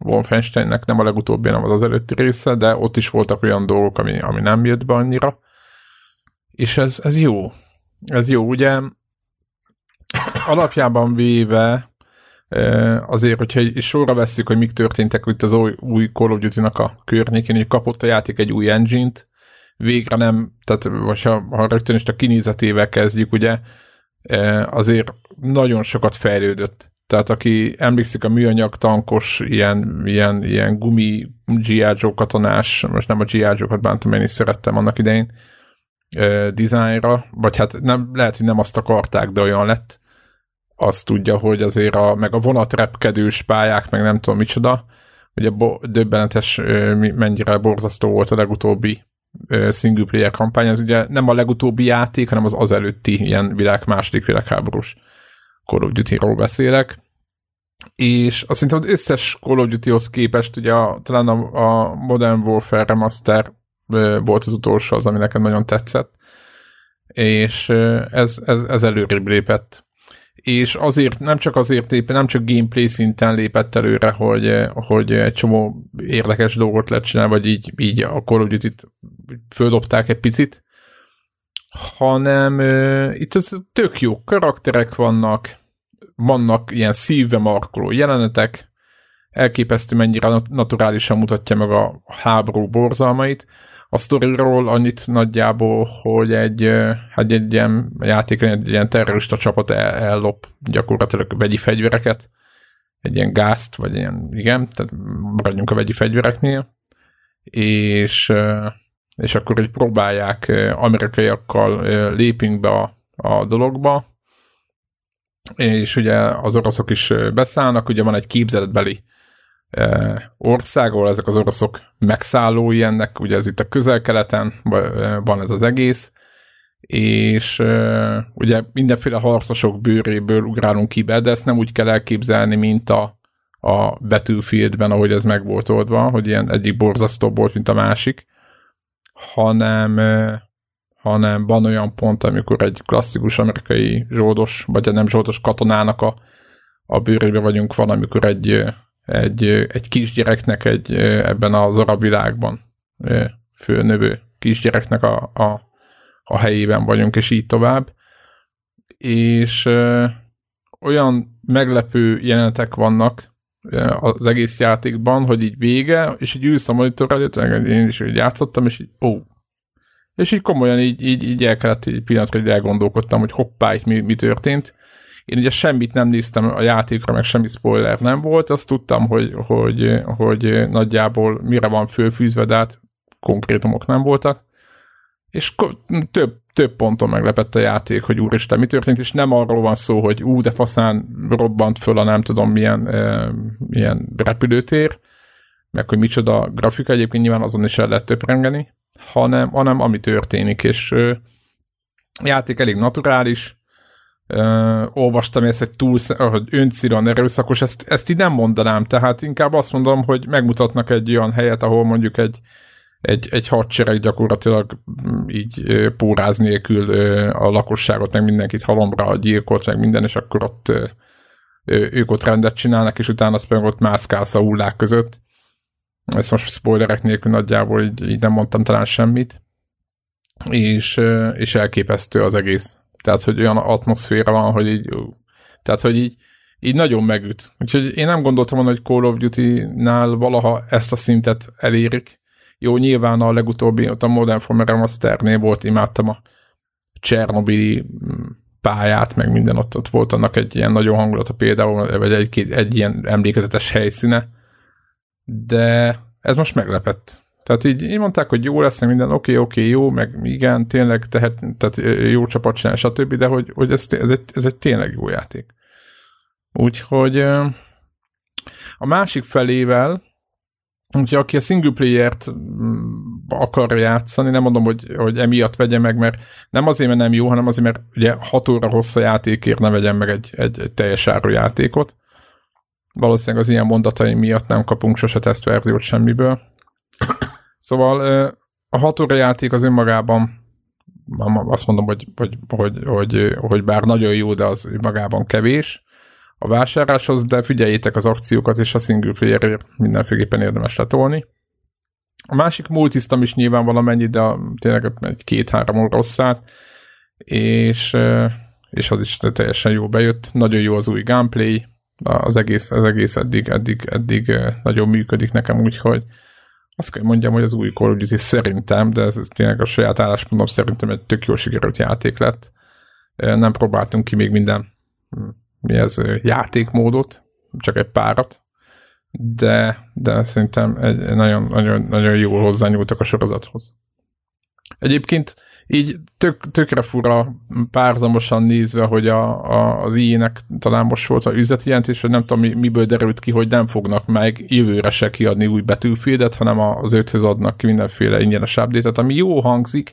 Wolfensteinnek, nem a legutóbbi, nem az az előtti része, de ott is voltak olyan dolgok, ami, ami nem jött be annyira. És ez, ez jó. Ez jó, ugye alapjában véve azért, hogyha egy sorra vesszük, hogy mik történtek itt az új, új Call of Duty-nak a környékén, hogy kapott a játék egy új engine-t, végre nem, tehát vagy ha, ha rögtön is a kinézetével kezdjük, ugye, azért nagyon sokat fejlődött. Tehát aki emlékszik a műanyag tankos, ilyen, ilyen, ilyen gumi G I. Joe katonás, most nem a G I. Joe-kat bántam, én is szerettem annak idején, dizájnra, vagy hát nem, lehet, hogy nem azt akarták, de olyan lett, azt tudja, hogy azért a, meg a vonatrepkedős pályák, meg nem tudom micsoda, ugye bo- döbbenetes, mennyire borzasztó volt a legutóbbi single player kampány, ez ugye nem a legutóbbi játék, hanem az az előtti ilyen világ, második világháborús Call of Duty-ról beszélek, és azt szerintem az összes Call of Duty-hoz képest, ugye a, talán a, a Modern Warfare Remaster volt az utolsó, az, ami nekem nagyon tetszett, és ez, ez, ez előrébb lépett. És azért, nem csak azért lépett, nem csak gameplay szinten lépett előre, hogy, hogy egy csomó érdekes dolgot lehet csinálni, vagy így, így a Call of Duty-t földobták egy picit, hanem uh, itt az tök jó karakterek vannak, vannak ilyen szívbe markoló jelenetek, elképesztő mennyire naturálisan mutatja meg a háború borzalmait. A sztoriról annyit nagyjából, hogy egy, hát egy ilyen játékon egy ilyen terrorista csapat el, ellop gyakorlatilag vegyi fegyvereket, egy ilyen gázt, vagy ilyen, igen, tehát maradjunk a vegyi fegyvereknél, és, és akkor így próbálják amerikaiakkal lépünk be a, a dologba, és ugye az oroszok is beszállnak, ugye van egy képzeletbeli ország, ahol ezek az oroszok megszállói ennek, ugye ez itt a közel-keleten van ez az egész, és ugye mindenféle harcosok bőréből ugrálunk ki be, de ezt nem úgy kell elképzelni, mint a, a Battlefieldben, ahogy ez meg volt oldva, hogy ilyen egyik borzasztóbb volt, mint a másik, hanem, hanem van olyan pont, amikor egy klasszikus amerikai zsoldos, vagy nem zsoldos katonának a, a bőrébe vagyunk, van, amikor egy egy, egy kisgyereknek egy, ebben az arab világban fölnövő kisgyereknek a, a, a helyében vagyunk, és így tovább. És ö, olyan meglepő jelenetek vannak az egész játékban, hogy így vége, és így ülsz a monitor előtt, én is így játszottam, és így ó. És így komolyan így, így, így el kellett egy pillanatra, hogy elgondolkodtam, hogy hoppá, itt mi, mi történt. Én ugye semmit nem néztem a játékra, meg semmi spoiler nem volt, azt tudtam, hogy, hogy, hogy nagyjából mire van fölfűzve, de hát konkrétumok nem voltak. És több, több ponton meglepett a játék, hogy úristen, mi történt, és nem arról van szó, hogy ú, de faszán robbant föl a nem tudom milyen, e, milyen repülőtér, meg hogy micsoda grafika, egyébként nyilván azon is el lehet töprengeni, hanem, hanem ami történik, és e, a játék elég naturális. Uh, olvastam ezt, hogy túl, hogy öncíron erőszakos, ezt, ezt így nem mondanám, tehát inkább azt mondom, hogy megmutatnak egy olyan helyet, ahol mondjuk egy, egy, egy hadsereg gyakorlatilag így póráz nélkül a lakosságot, meg mindenkit halomra gyilkolt, meg minden, és akkor ott ők ott rendet csinálnak, és utána azt meg ott mászkálsz a hullák között. Ezt most spoilerek nélkül nagyjából így, így nem mondtam talán semmit, és, és elképesztő az egész. Tehát, hogy olyan atmoszféra van, hogy így, tehát, hogy így, így nagyon megüt. Úgyhogy én nem gondoltam volna, hogy Call of Duty-nál valaha ezt a szintet elérik. Jó, nyilván a legutóbbi, ott a Modern Warfare Remasternél volt, imádtam a Csernobili pályát, meg minden, ott, ott volt annak egy ilyen nagyon hangulata például, vagy egy, egy, egy ilyen emlékezetes helyszíne, de ez most meglepett. Tehát így, így mondták, hogy jó lesz, minden, oké, okay, oké, okay, jó, meg igen, tényleg tehet, tehát jó csapat csinál, stb., de hogy, hogy ez, ez, egy, ez egy tényleg jó játék. Úgyhogy a másik felével, úgyhogy aki a single player-t akar játszani, nem mondom, hogy, hogy emiatt vegye meg, mert nem azért, mert nem jó, hanem azért, mert ugye hat óra hossza játékért ne vegyen meg egy, egy, egy teljes áru játékot. Valószínűleg az ilyen mondataim miatt nem kapunk sose tesztverziót semmiből. Szóval a hat óra játék az önmagában, azt mondom, hogy, hogy, hogy, hogy, hogy bár nagyon jó, de az önmagában kevés. a vásárláshoz, de figyeljétek az akciókat, és a single player mindenféleképpen érdemes letolni. A másik multisztam is nyilván valamennyi, de a, tényleg egy két-három óra rosszát, és, és az is teljesen jó bejött. Nagyon jó az új gameplay, az egész, az egész eddig, eddig, eddig nagyon működik nekem, úgyhogy azt kell mondjam, hogy az új Call of Duty szerintem, de ez, ez tényleg a saját álláspontom szerintem egy tök jól sikerült játék lett. Nem próbáltunk ki még minden mi ez, játékmódot, csak egy párat, de, de szerintem egy nagyon, nagyon, nagyon jól hozzányúltak a sorozathoz. Egyébként így tök, tökre fura párzamosan nézve, hogy a, a, az í á-nek talán most volt a üzleti jelentés, vagy nem tudom, mi, miből derült ki, hogy nem fognak meg jövőre se kiadni új Battlefieldet, hanem az öthöz adnak ki mindenféle ingyenes update-et, ami jó hangzik,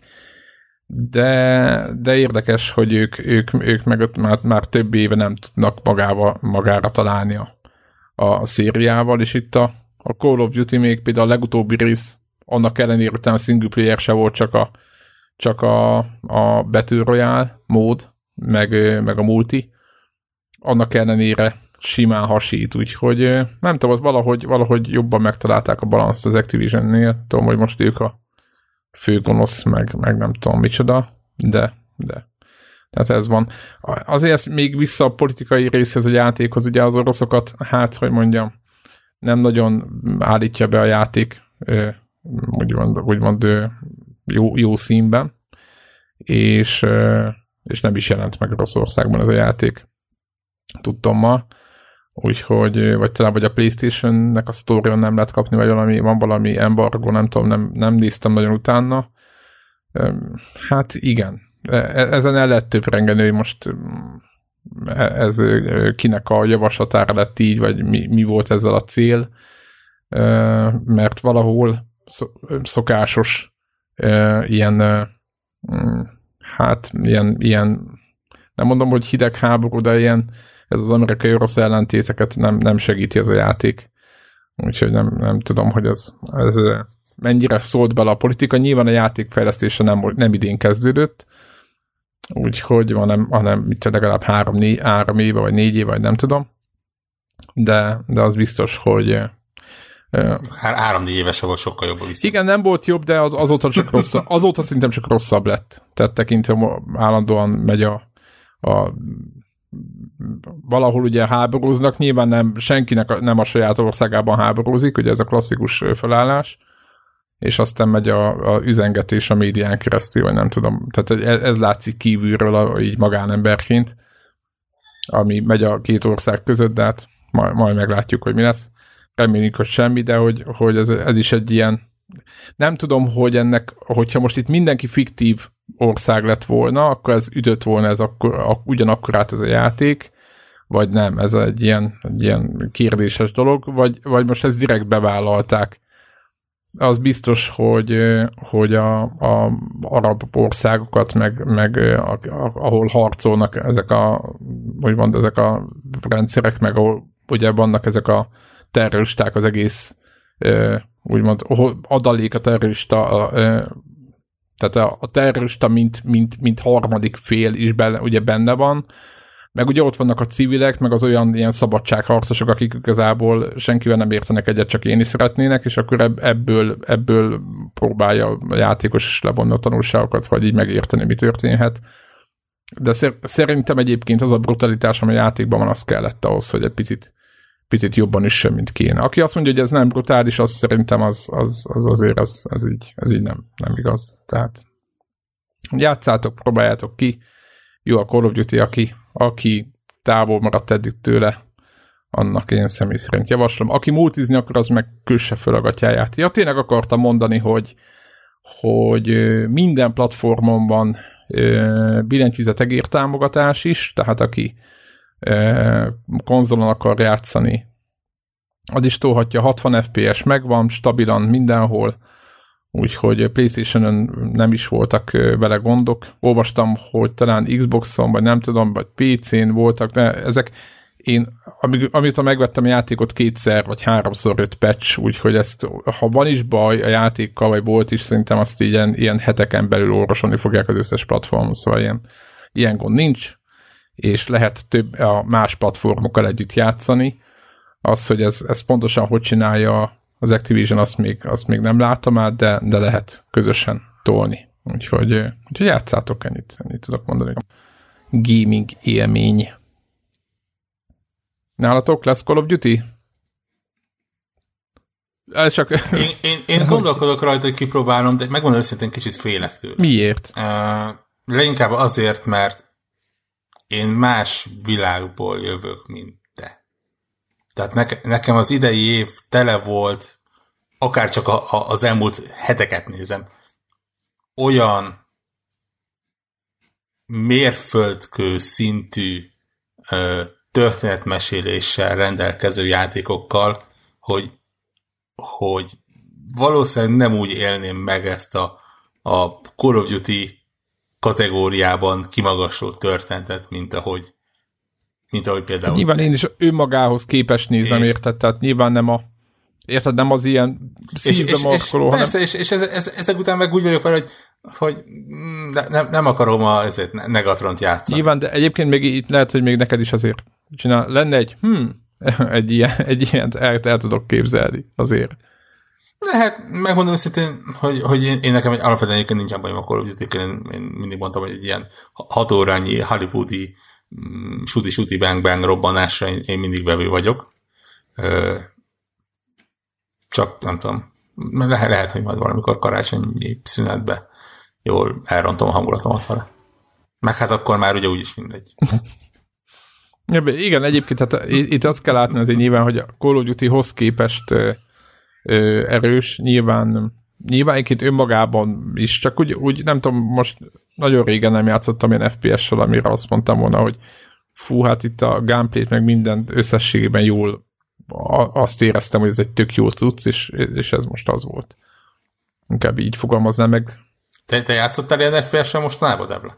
de, de érdekes, hogy ők, ők, ők meg már, már több éve nem tudnak magába, magára találni a, a szériával, és itt a, a Call of Duty még például a legutóbbi rész, annak ellenére utána single player se volt, csak a csak a, a Battle Royale mód, meg, meg a multi, annak ellenére simán hasít, úgyhogy nem tudom, valahogy, valahogy jobban megtalálták a balanszt az Activision-nél, tudom, hogy most ők a főgonosz, meg, meg nem tudom micsoda, de, de tehát ez van. Azért még vissza a politikai részhez a játékhoz, ugye az oroszokat, hát, hogy mondjam, nem nagyon állítja be a játék, úgymond, úgymond Jó, jó színben, és, és nem is jelent meg Oroszországban ez a játék, tudtom ma, úgyhogy, vagy talán vagy a PlayStation-nek a sztorion nem lehet kapni, vagy valami, van valami embargo, nem tudom, nem, nem néztem nagyon utána. Hát igen, ezen el lehet töprengeni, hogy most ez kinek a javaslatára lett így, vagy mi, mi volt ezzel a cél, mert valahol szokásos Uh, ilyen uh, hát ilyen, ilyen nem mondom, hogy hidegháború, de ilyen ez az amerikai-orosz ellentéteket nem, nem segíti ez a játék. Úgyhogy nem, nem tudom, hogy ez, ez mennyire szólt bele a politika. Nyilván a játékfejlesztése nem, nem idén kezdődött, úgyhogy hanem, hanem mit legalább három, négy, három éve, vagy négy éve, vagy nem tudom. De, de az biztos, hogy Három-négy évese volt sokkal jobb a vissza. Igen, nem volt jobb, de az, azóta csak rosszabb, azóta szerintem csak rosszabb lett. Tehát tekintve állandóan megy a, a valahol ugye háborúznak, nyilván nem, senkinek a, nem a saját országában háborúzik, ugye ez a klasszikus felállás, és aztán megy a, a üzengetés a médián keresztül, vagy nem tudom. Tehát ez, ez látszik kívülről a, így magánemberként, ami megy a két ország között, de hát majd, majd meglátjuk, hogy mi lesz. Reméljük, hogy semmi, de hogy, hogy ez, ez is egy ilyen, nem tudom, hogy ennek, hogyha most itt mindenki fiktív ország lett volna, akkor ez ütött volna ez akkor, a, ugyanakkorát ez a játék, vagy nem, ez egy ilyen, egy ilyen kérdéses dolog, vagy, vagy most ezt direkt bevállalták. Az biztos, hogy, hogy a, a arab országokat, meg, meg a, a, ahol harcolnak ezek a, hogy mond, ezek a rendszerek, meg ahol ugye vannak ezek a terroristák, az egész úgymond adalék a terrorista, tehát a, a terrorista mint, mint, mint harmadik fél is benne, ugye benne van, meg ugye ott vannak a civilek, meg az olyan ilyen szabadságharcosok, akik igazából senkivel nem értenek egyet, csak én is szeretnének, és akkor ebből, ebből próbálja a játékos levonni a tanulságokat, vagy így megérteni, mi történhet. De szerintem egyébként az a brutalitás, ami a játékban van, az kellett ahhoz, hogy egy picit picit jobban is sem, mint kéne. Aki azt mondja, hogy ez nem brutális, az szerintem az, az, az azért az, az így, ez így nem, nem igaz. Tehát játszátok, próbáljátok ki. Jó a Call of Duty, aki, aki távol maradt eddig tőle, annak én személy szerint javaslom. Aki multizni akar, az meg kösse föl a gatyáját. Ja, tényleg akartam mondani, hogy, hogy minden platformon van billentyűzetegér támogatás is, tehát aki konzolon akar játszani, az is tolhatja, hatvan ef pé es megvan, stabilan mindenhol, úgyhogy PlayStation-ön nem is voltak vele gondok. Olvastam, hogy talán Xboxon, vagy nem tudom, vagy pé cén voltak, de ezek én, amit megvettem a játékot kétszer, vagy háromszor jött patch, úgyhogy ezt, ha van is baj a játékkal, vagy volt is, szerintem azt ilyen, ilyen heteken belül orvosolni fogják az összes platformon, szóval ilyen, ilyen gond nincs. és lehet több a más platformokkal együtt játszani. Az, hogy ez, ez pontosan hogy csinálja az Activision, azt még, azt még nem láttam át, de, de lehet közösen tolni. Úgyhogy, úgyhogy játszátok, ennyit, ennyit tudok mondani. Gaming élmény. Nálatok lesz Call of Duty? Ez csak... Én, én, én gondolkodok rajta, hogy kipróbálom, de megmondom őszintén, kicsit félek tőle. Miért? Uh, leginkább azért, mert én más világból jövök, mint te. Tehát neke, nekem az idei év tele volt, akár csak a, a, az elmúlt heteket nézem, olyan mérföldkő szintű ö, történetmeséléssel rendelkező játékokkal, hogy, hogy valószínűleg nem úgy élném meg ezt a, a Call of Duty kategóriában kimagasló történetet, mint ahogy, mint ahogy például... Nyilván én is önmagához képes nézem, és... érted? Tehát nyilván nem a érted, nem az ilyen szívbe markoló, hanem... Persze, és, és ez, ez, ezek után meg úgy vagyok vele, hogy, hogy ne, nem, nem akarom a, ezért Negatront játszani. Nyilván, de egyébként még itt lehet, hogy még neked is azért csinál. Lenne egy, hm, egy ilyen, egy ilyent el, el tudok képzelni azért. Lehet, megmondom őszintén, hogy, hogy én, én nekem egy alapvetően egyébként nincsen bajom a Call of Duty-kkel, én, én mindig mondtam, hogy egy ilyen hat órányi hollywoodi mm, shooti-shooti bang-bang robbanásra én, én mindig vevő vagyok. Ö, csak nem tudom, lehet, lehet, hogy majd valamikor karácsonyi szünetbe jól elrontom a hangulatomat vele. Meg hát akkor már ugye úgyis mindegy. Ja, igen, egyébként hát itt azt kell látni azért nyilván, hogy a Call of Duty-hoz képest ö, ö, erős, nyilván nyilván egyébként önmagában is, csak úgy, úgy nem tudom, most nagyon régen nem játszottam ilyen ef pé es-sel, amire azt mondtam volna, hogy fú, hát itt a gameplay-t meg minden összességében jól azt éreztem, hogy ez egy tök jó cucc, és, és ez most az volt. Inkább így fogalmaznám meg. Te, te játszottál ilyen ef pé es-sel mostanában, Debla?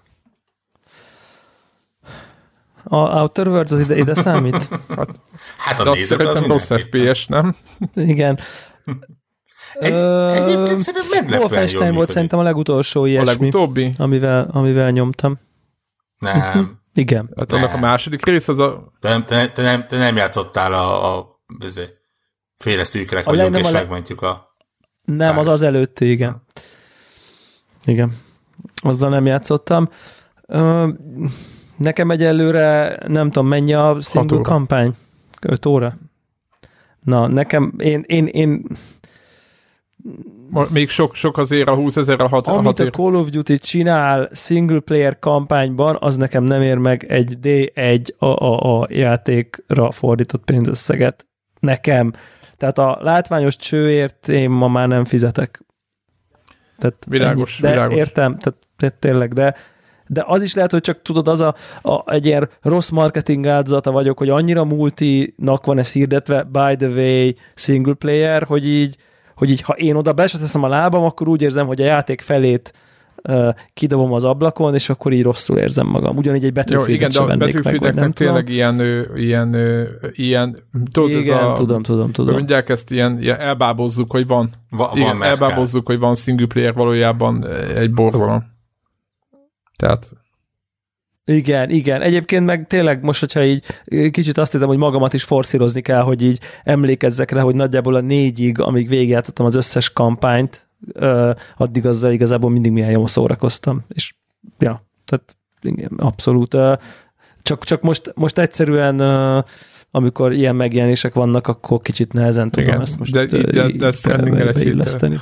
A Outer Worlds az ide, ide számít? Hát, hát a nézet az mindenképpen rossz ef pé es, nem? Igen. Egy, egyébként szerintem meglepően Wolfenstein volt szerintem a legutolsó ilyesmi. A legutóbbi? Amivel, amivel nyomtam. Nem. Igen. Hát annak a második rész az a... Te nem, te, te nem, te nem játszottál a, a ezért, féle szűkrek vagyunk, és megmentjük a... Nem, az az előtti, igen. Igen. Azzal nem játszottam. Ö, nekem egyelőre nem tudom, mennyi a single kampány? öt óra? Na, nekem, én, én, én még sok, sok azért a húszezer a hat. Amit a Call of Duty csinál single player kampányban, az nekem nem ér meg egy dé egy a, a, a játékra fordított pénzösszeget. Nekem. Tehát a látványos csőért én ma már nem fizetek. Tehát világos, ennyi. De világos. értem, tehát tényleg, de de az is lehet, hogy csak tudod, az a, a egy ilyen rossz marketing áldozata vagyok, hogy annyira multinak van ez hirdetve, by the way, single player, hogy így, hogy így ha én oda be se teszem a lábam, akkor úgy érzem, hogy a játék felét uh, kidobom az ablakon, és akkor így rosszul érzem magam. Ugyanígy egy Battlefield-et sem vennék meg, vagy nem tényleg ilyen, ö, ilyen, ö, ilyen tudod, igen, ez a, tudom, tudom, tudom. Mondják ezt, ilyen, ilyen elbábozzuk, hogy van. Va, igen, van elbábozzuk, hogy van single player, valójában egy borzalom. Tehát... Igen, igen. Egyébként meg tényleg most, hogyha így kicsit azt hiszem, hogy magamat is forszírozni kell, hogy így emlékezzek rá, hogy nagyjából a négyig, amíg végigjátszottam az összes kampányt, addig azzal igazából mindig milyen jól szórakoztam. És ja, tehát igen, abszolút. Csak, csak most, most egyszerűen amikor ilyen megjelenések vannak, akkor kicsit nehezen tudom igen, ezt most de, de, de beilleszteni.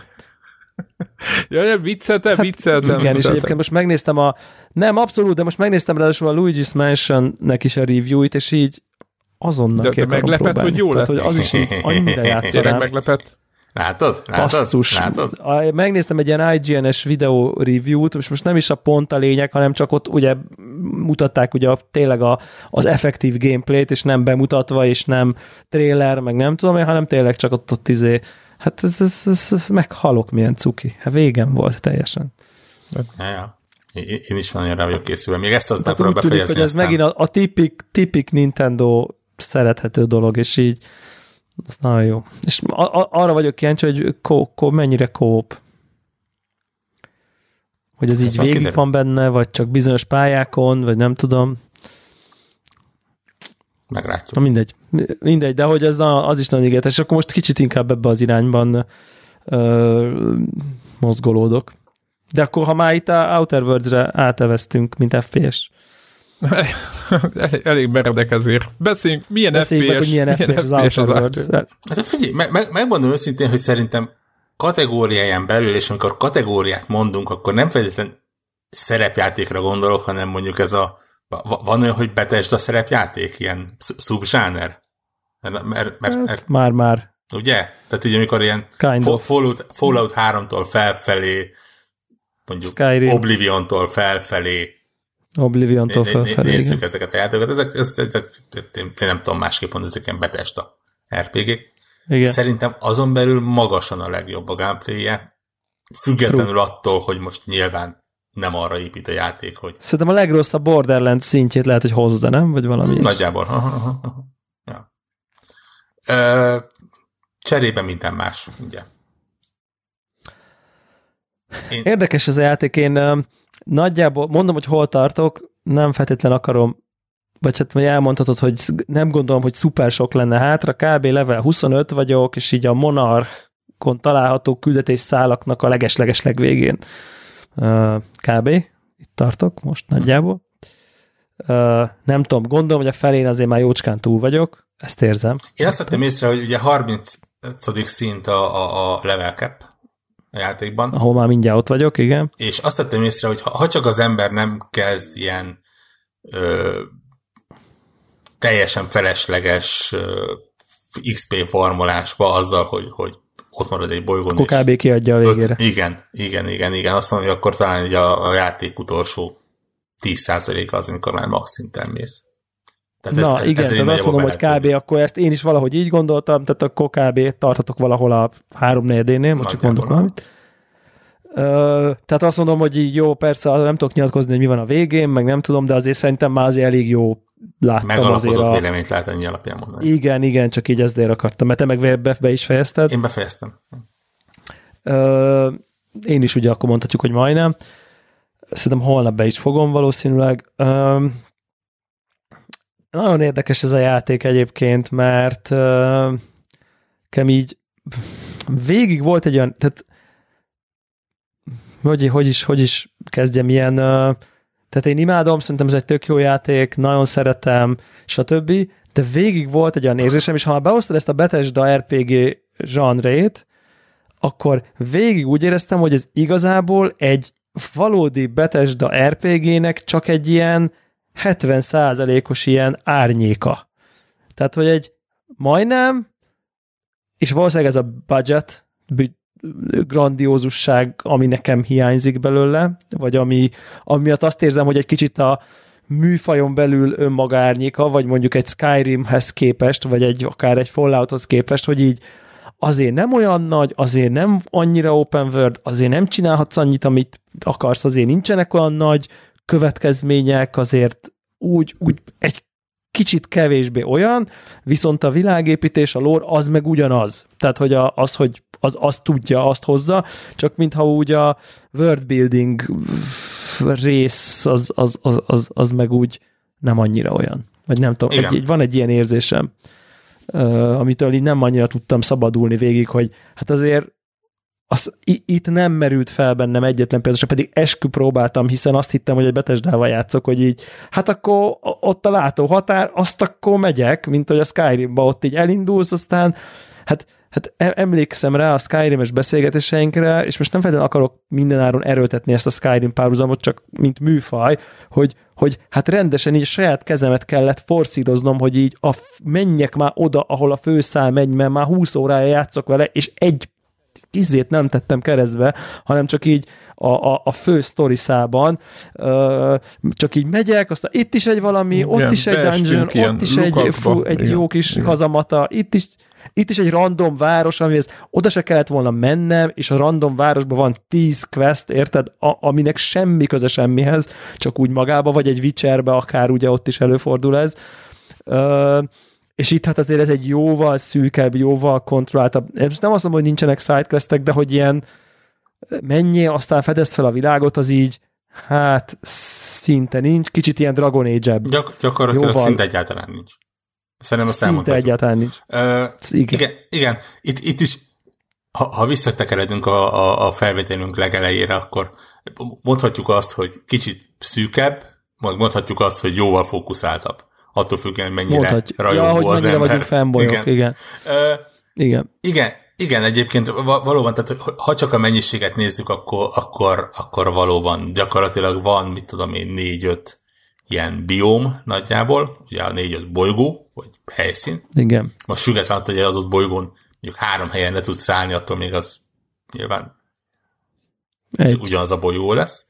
Ja, vicceltem, vicceltem. Igen, és egyébként most megnéztem a... Nem, abszolút, de most megnéztem ráadásul a Luigi's Mansion-nek is a review-it, és így azonnal ki akarom próbálni. De meglepett, hogy jó lett. Tehát, hogy az is így annyira játszanám. meglepett. Látod? Látod? Basszus. Látod? Megnéztem egy ilyen i gé en-es videó review-t, és most nem is a pont a lényeg, hanem csak ott ugye mutatták ugye tényleg a, az effektív gameplayt, és nem bemutatva, és nem trailer, meg nem tudom én, hanem tényleg csak ott, ott izé hát ez, ez, ez, ez meghalok, milyen cuki. Hát végem volt teljesen. Ja, ja. Én, én is nagyon rá vagyok készülve. Még ezt az megpróbál befejezni. Tűnik, hogy ez megint a, a tipik, tipik Nintendo szerethető dolog, és így ez nagyon jó. És a, a, arra vagyok kíváncsi, hogy ko, ko, mennyire co-op. Hogy ez, ez így végig van benne, vagy csak bizonyos pályákon, vagy nem tudom. meglátjuk. Na mindegy, mindegy, de hogy ez a, az is nagyon ígéretes, akkor most kicsit inkább ebbe az irányban ö, mozgolódok. De akkor, ha már itt a Outer Worlds-re áteveztünk, mint ef pé es. elég, elég meredek ezért. Beszéljünk, milyen Beszéljünk ef pé es, meg, hogy milyen, milyen ef pé es az Outer Worlds. Hát figyelj, meg, meg, megmondom őszintén, hogy szerintem kategóriáján belül, és amikor kategóriát mondunk, akkor nem feltétlenül szerepjátékra gondolok, hanem mondjuk ez a, van olyan, hogy Bethesda szerepjáték, ilyen szubzsáner? Mert, mert, mert, mert, Már-már. ugye? Tehát így, amikor ilyen Kind of. Fallout, Fallout háromtól felfelé, mondjuk Skyrim. Obliviontól felfelé, Obliviontól felfelé. Nézzük igen. ezeket a játékokat. Ezek, ezek, ezek, én nem tudom másképp mondani, ezek ilyen Bethesda er pé gé-k. Igen. Szerintem azon belül magasan a legjobb a gameplay-je, függetlenül True. attól, hogy most nyilván nem arra épít a játék, hogy... Szerintem a legrosszabb Borderlands szintjét lehet, hogy hozza, nem? Vagy valami hmm, Nagyjából. Ja. Ö, cserében minden más, ugye. Én... Érdekes ez a játék, én nagyjából mondom, hogy hol tartok, nem feltétlen akarom, vagy hát elmondhatod, hogy nem gondolom, hogy szuper sok lenne hátra, kb. Level huszonöt vagyok, és így a Monarchon található küldetésszálaknak a leges-leges legvégén. Kb. Itt tartok most nagyjából. Nem tudom, gondolom, hogy a felén azért már jócskán túl vagyok, ezt érzem. Én azt vettem észre, hogy ugye harmincadik szint a, a, a level cap a játékban. Ahol már mindjárt ott vagyok, igen. És azt vettem észre, hogy ha, ha csak az ember nem kezd ilyen ö, teljesen felesleges ö, iksz pé formolásba azzal, hogy, hogy ott marad egy bolygón. Akkor kb. Kiadja a végére. Öt, igen, igen, igen, igen. Azt mondom, hogy akkor talán így a, a játék utolsó tíz százalék az, amikor már max szinten mész. Tehát Na ez, igen, tehát azt mondom, hogy kb. Akkor ezt én is valahogy így gondoltam, tehát akkor kb. Tartatok valahol a háromnegyedénél, most csak mondok valamit. Ö, tehát azt mondom, hogy így jó, persze nem tudok nyilatkozni, hogy mi van a végén, meg nem tudom, de azért szerintem már azért elég jó láttam. Megalapozott a... véleményt lehet ennyi alapján mondani. Igen, igen, csak így ezért akartam, mert te meg be, be is fejezted. Én befejeztem. Ö, én is ugye akkor mondhatjuk, hogy majdnem. Szerintem holnap be is fogom valószínűleg. Ö, nagyon érdekes ez a játék egyébként, mert ö, nekem így végig volt egy olyan, tehát hogy, hogy, is, hogy is kezdjem ilyen, ö, tehát én imádom, szerintem ez egy tök jó játék, nagyon szeretem, stb., de végig volt egy olyan érzésem, és ha már behoztad ezt a Bethesda er pé gé zsanrét, akkor végig úgy éreztem, hogy ez igazából egy valódi Bethesda er pé gének csak egy ilyen hetven százalékos ilyen árnyéka. Tehát, hogy egy majdnem, és valószínűleg ez a budget, grandiózusság, ami nekem hiányzik belőle, vagy ami, ami miatt azt érzem, hogy egy kicsit a műfajon belül önmaga árnyéka, vagy mondjuk egy Skyrimhez képest, vagy egy akár egy Fallouthoz képest, hogy így azért nem olyan nagy, azért nem annyira open world, azért nem csinálhatsz annyit, amit akarsz, azért nincsenek olyan nagy következmények, azért úgy, úgy egy kicsit kevésbé olyan, viszont a világépítés, a lore, az meg ugyanaz. Tehát, hogy a, az, hogy az, az tudja, azt hozza, csak mintha úgy a worldbuilding rész, az, az, az, az, az meg úgy nem annyira olyan. Vagy nem tudom, egy, egy, van egy ilyen érzésem, uh, amitől így nem annyira tudtam szabadulni végig, hogy hát azért az, itt nem merült fel bennem egyetlen például, pedig eskü próbáltam, hiszen azt hittem, hogy egy Bethesdával játszok, hogy így, hát akkor ott a látóhatár, azt akkor megyek, mint hogy a Skyrimba ott így elindulsz, aztán hát, hát emlékszem rá a Skyrim-es beszélgetéseinkre, és most nem feltétlenül akarok mindenáron erőltetni ezt a Skyrim párhuzamot, csak mint műfaj, hogy, hogy hát rendesen így a saját kezemet kellett forszíroznom, hogy így a, menjek már oda, ahol a főszál megy, mert már húsz órája játszok vele, és egy izét nem tettem keresztbe, hanem csak így a, a, a fő sztoriszában uh, csak így megyek, aztán itt is egy valami, igen, ott is egy dungeon, ott is egy, fú, egy jó kis igen. kazamata, itt is, itt is egy random város, amihez oda se kellett volna mennem, és a random városban van tíz quest, érted, a, aminek semmi köze semmihez, csak úgy magába, vagy egy Witcherbe akár ugye ott is előfordul ez. Uh, és itt hát azért ez egy jóval szűkebb, jóval kontrolláltabb. Most nem azt mondom, hogy nincsenek sidequestek, de hogy ilyen menjél, aztán fedezd fel a világot, az így, hát szinte nincs. Kicsit ilyen Dragon Age-ebb. Gyak- gyakorlatilag jóval... szinte egyáltalán nincs. Szerintem azt szinte egyáltalán nincs. Uh, igen. igen, igen. Itt, itt is, ha, ha visszatekeredünk a, a, a felvételünk legelejére, akkor mondhatjuk azt, hogy kicsit szűkebb, majd mondhatjuk azt, hogy jóval fókuszáltabb. Attól függően, mennyire Mondhatjuk. rajongó ja, az mennyire ember. vagyunk fanboyok, igen. Igen. Uh, igen. igen. Igen, egyébként valóban, tehát ha csak a mennyiséget nézzük, akkor, akkor, akkor valóban gyakorlatilag van, mit tudom én, négy-öt ilyen bióm nagyjából, ugye a négy-öt bolygó, vagy helyszín. Igen. Most függetlenül, hogy egy adott bolygón mondjuk három helyen le tudsz szállni, attól még az nyilván egy. ugyanaz a bolygó lesz.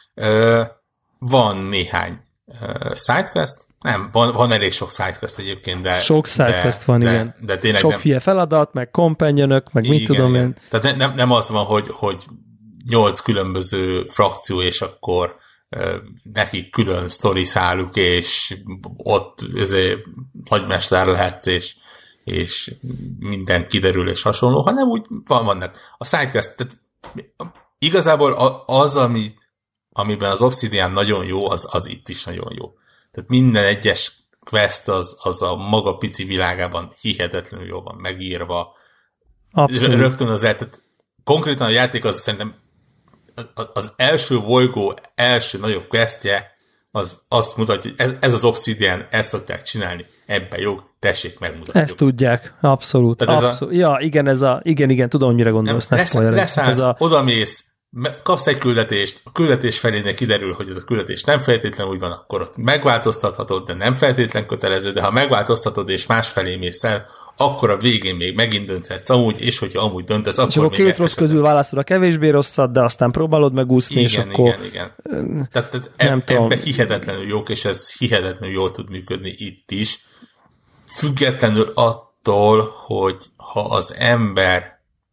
Van néhány sidequest, nem, van, van elég sok sidequest egyébként, de... Sok sidequest van, de, igen. De tényleg sok nem, hülye feladat, meg companionök, meg igen, mit tudom igen. én. Tehát ne, nem, nem az van, hogy, hogy nyolc különböző frakció, és akkor uh, nekik külön sztori száluk, és ott ezért nagymester lehetsz, és, és minden kiderül, és hasonló, hanem úgy van, vannak. A sidequest, tehát igazából az, ami, amiben az Obsidian nagyon jó, az, az itt is nagyon jó. Tehát minden egyes quest az, az a maga pici világában hihetetlenül jól van megírva. Abszolút. Rögtön az el, tehát konkrétan a játék az szerintem az első bolygó első nagyobb questje az azt mutatja, hogy ez, ez az Obsidian, ezt szokták csinálni, ebben jó, tessék, megmutatjuk. Ezt tudják, abszolút. abszolút. A, ja, igen, ez a, igen, igen, tudom, hogy mire gondolsz. Nem, lesz, leszállsz, a... odamész, kapsz egy küldetést, a küldetés felénél kiderül, hogy ez a küldetés nem feltétlenül úgy van, akkor ott megváltoztathatod, de nem feltétlen kötelező, de ha megváltoztatod és másfelé mész el, akkor a végén még megint dönthetsz amúgy, és hogyha amúgy döntesz, akkor, akkor még két rossz közül választod a kevésbé rosszat, de aztán próbálod megúszni, igen, és akkor... Igen, igen, Tehát, tehát eb- ebben hihetetlenül jók, és ez hihetetlenül jól tud működni itt is. Függetlenül attól, hogy ha az ember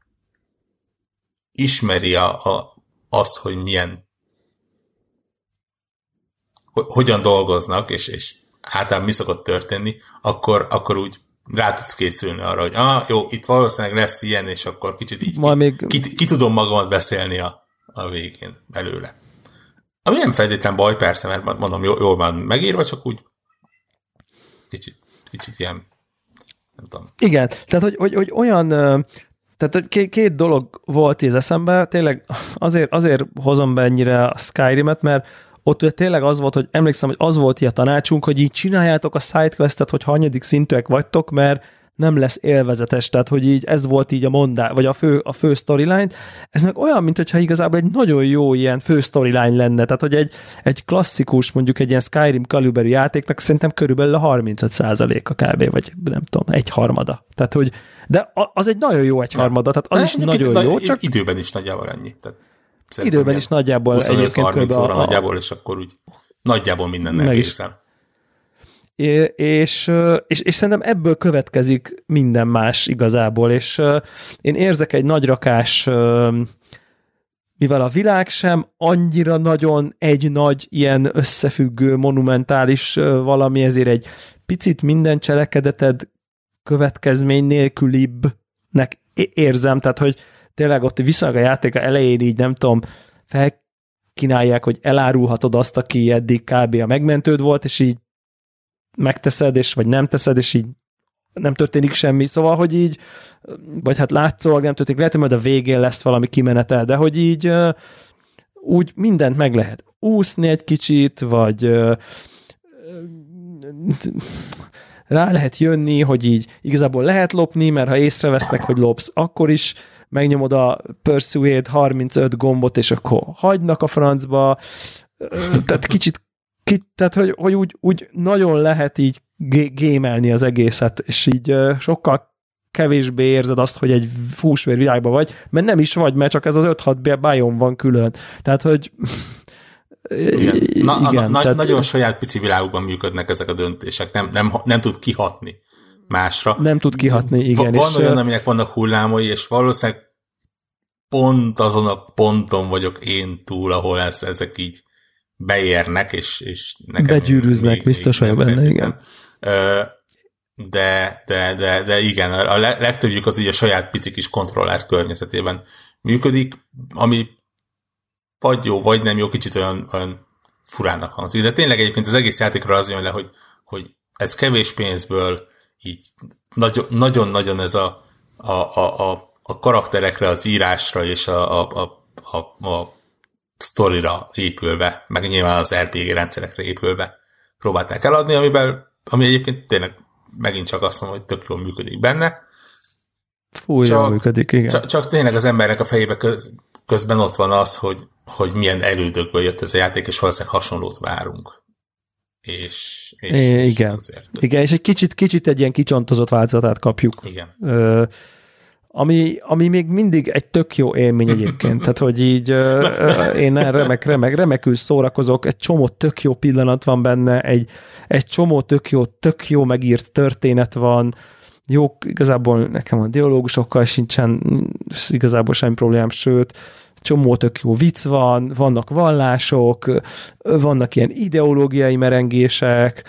ismeri a, a, azt, hogy milyen hogyan dolgoznak, és, és általában mi szokott történni, akkor, akkor úgy rá tudsz készülni arra, hogy ah, jó, itt valószínűleg lesz ilyen, és akkor kicsit így ki, még... ki, ki tudom magamat beszélni a, a végén belőle. Ami nem feltétlen baj, persze, mert mondom, jól, jól van megírva, csak úgy kicsit, kicsit ilyen, nem tudom. Igen, tehát hogy, hogy, hogy olyan... Tehát két, két dolog volt ez eszembe, tényleg azért, azért hozom be ennyire a Skyrimet, mert ott ugye tényleg az volt, hogy emlékszem, hogy az volt ilyen tanácsunk, hogy így csináljátok a sidequestet, hogy hanyadik szintűek vagytok, mert nem lesz élvezetes, tehát hogy így ez volt így a mondás, vagy a fő, a fő storyline. Ez meg olyan, mint hogyha igazából egy nagyon jó ilyen fő storyline lenne, tehát hogy egy, egy klasszikus, mondjuk egy ilyen Skyrim kaliberű játéknak szerintem körülbelül a harmincöt százaléka kb. Vagy nem tudom, egy harmada. Tehát, hogy, de az egy nagyon jó egy harmada, tehát az de is nagyon jó, csak... Időben is nagyjából ennyi. Tehát időben is nagyjából egyébként huszonöt-harminc óra a... nagyjából, és akkor úgy nagyjából minden megészem. És, és, és szerintem ebből következik minden más igazából, és én érzek egy nagy rakás, mivel a világ sem annyira nagyon egy nagy, ilyen összefüggő, monumentális valami, ezért egy picit minden cselekedeted következmény nélkülibbnek érzem, tehát hogy tényleg ott viszonylag a játék elején így nem tudom, felkínálják, hogy elárulhatod azt, aki eddig kb. A megmentőd volt, és így megteszed, és vagy nem teszed, és így nem történik semmi, szóval, hogy így, vagy hát látszólag nem történik, lehet, hogy majd a végén lesz valami kimenetel, de hogy így úgy mindent meg lehet úszni egy kicsit, vagy rá lehet jönni, hogy így igazából lehet lopni, mert ha észrevesznek, hogy lopsz, akkor is megnyomod a Persuade harmincöt gombot, és akkor hagynak a francba, tehát kicsit Ki, tehát, hogy, hogy úgy, úgy nagyon lehet így gémelni az egészet, és így uh, sokkal kevésbé érzed azt, hogy egy húsvér világban vagy, mert nem is vagy, mert csak ez az öt-hat biome van külön. Tehát, hogy igen. Na, igen, na, tehát... Nagyon saját pici világokban működnek ezek a döntések, nem, nem, nem tud kihatni másra. Nem tud kihatni, igen. Van és olyan, aminek vannak hullámai, és valószínűleg pont azon a ponton vagyok én túl, ahol ez, ezek így beérnek, és, és nekem begyűrűznek, még, biztos vagyok benne, igen. De, de, de, de igen, a legtöbbjük az így a saját pici kis kontrollár környezetében működik, ami vagy jó, vagy nem jó, kicsit olyan, olyan furának hangzik. De tényleg egyébként az egész játékra az jön le, hogy, hogy ez kevés pénzből így nagyon-nagyon ez a, a, a, a, a karakterekre, az írásra és a, a, a, a, a sztorira épülve, meg nyilván az er pé gé rendszerekre épülve próbálták eladni, amiben, ami egyébként tényleg megint csak azt mondom, hogy tök jól működik benne. Fú, jól működik, igen. Csak, csak tényleg az embernek a fejébe köz, közben ott van az, hogy, hogy milyen elődökből jött ez a játék, és valószínűleg hasonlót várunk. És, és, é, és igen. azért. Igen, és egy kicsit, kicsit egy ilyen kicsontozott változatát kapjuk. Igen. Ö, ami, ami még mindig egy tök jó élmény egyébként, tehát hogy így ö, ö, én remek, remek, remekül szórakozok, egy csomó tök jó pillanat van benne, egy, egy csomó tök jó, tök jó megírt történet van, jó, igazából nekem a dialógusokkal sincsen igazából semmi problémám, sőt, csomó tök jó vicc van, vannak vallások, vannak ilyen ideológiai merengések.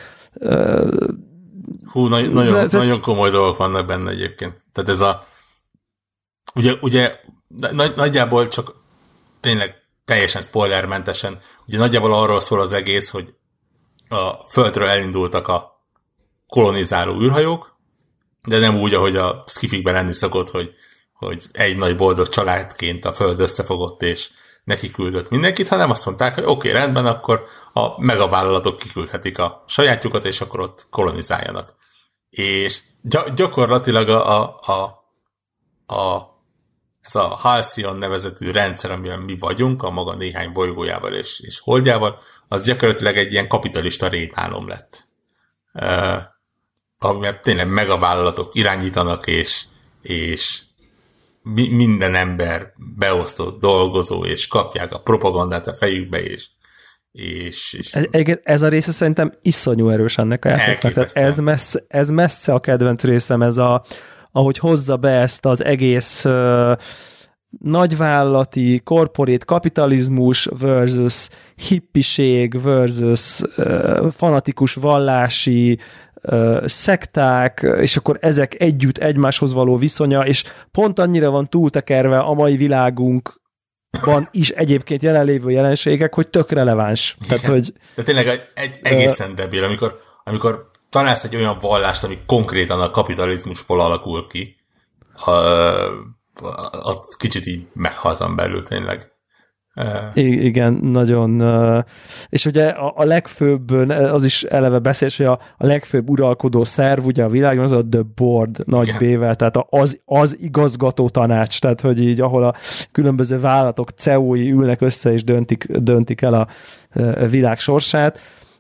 Hú, na- nagyon, ez, nagyon komoly dolgok vannak benne egyébként. Tehát ez a ugye, ugye nagy, nagyjából csak tényleg teljesen spoilermentesen, ugye nagyjából arról szól az egész, hogy a Földről elindultak a kolonizáló űrhajók, de nem úgy, ahogy a skifikben lenni szokott, hogy, hogy egy nagy boldog családként a Föld összefogott, és neki küldött mindenkit, hanem azt mondták, hogy oké, okay, rendben, akkor a megavállalatok kiküldhetik a sajátjukat, és akkor ott kolonizáljanak. És gy- gyakorlatilag a, a, a, a, ez a Halcyon nevezetű rendszer, amiben mi vagyunk, a maga néhány bolygójával és, és holdjával, az gyakorlatilag egy ilyen kapitalista rémálom lett. Uh, amiben tényleg megavállalatok irányítanak, és, és mi, minden ember beosztott dolgozó, és kapják a propagandát a fejükbe, és, és, és ez, ez a része szerintem iszonyú erős ennek a játéknak. Ez messze, ez messze a kedvenc részem, ez a, ahogy hozza be ezt az egész uh, nagyvállalati, korporét kapitalizmus versus hippiség versus uh, fanatikus vallási uh, szekták, és akkor ezek együtt egymáshoz való viszonya, és pont annyira van túltekerve a mai világunkban is egyébként jelenlévő jelenségek, hogy tök releváns. Tehát, hogy, de tényleg egy, egy egészen uh, debil, amikor, amikor találsz egy olyan vallást, ami konkrétan a kapitalizmusból alakul ki, a, a, a kicsit így meghaltam belül tényleg. I- igen, nagyon. És ugye a, a legfőbb, az is eleve beszélsz, hogy a, a legfőbb uralkodó szerv ugye a világon az a The Board nagy igen. B-vel, tehát az, az igazgató tanács, tehát hogy így, ahol a különböző vállalatok cé e ó-i ülnek össze és döntik, döntik el a, a világ sorsát.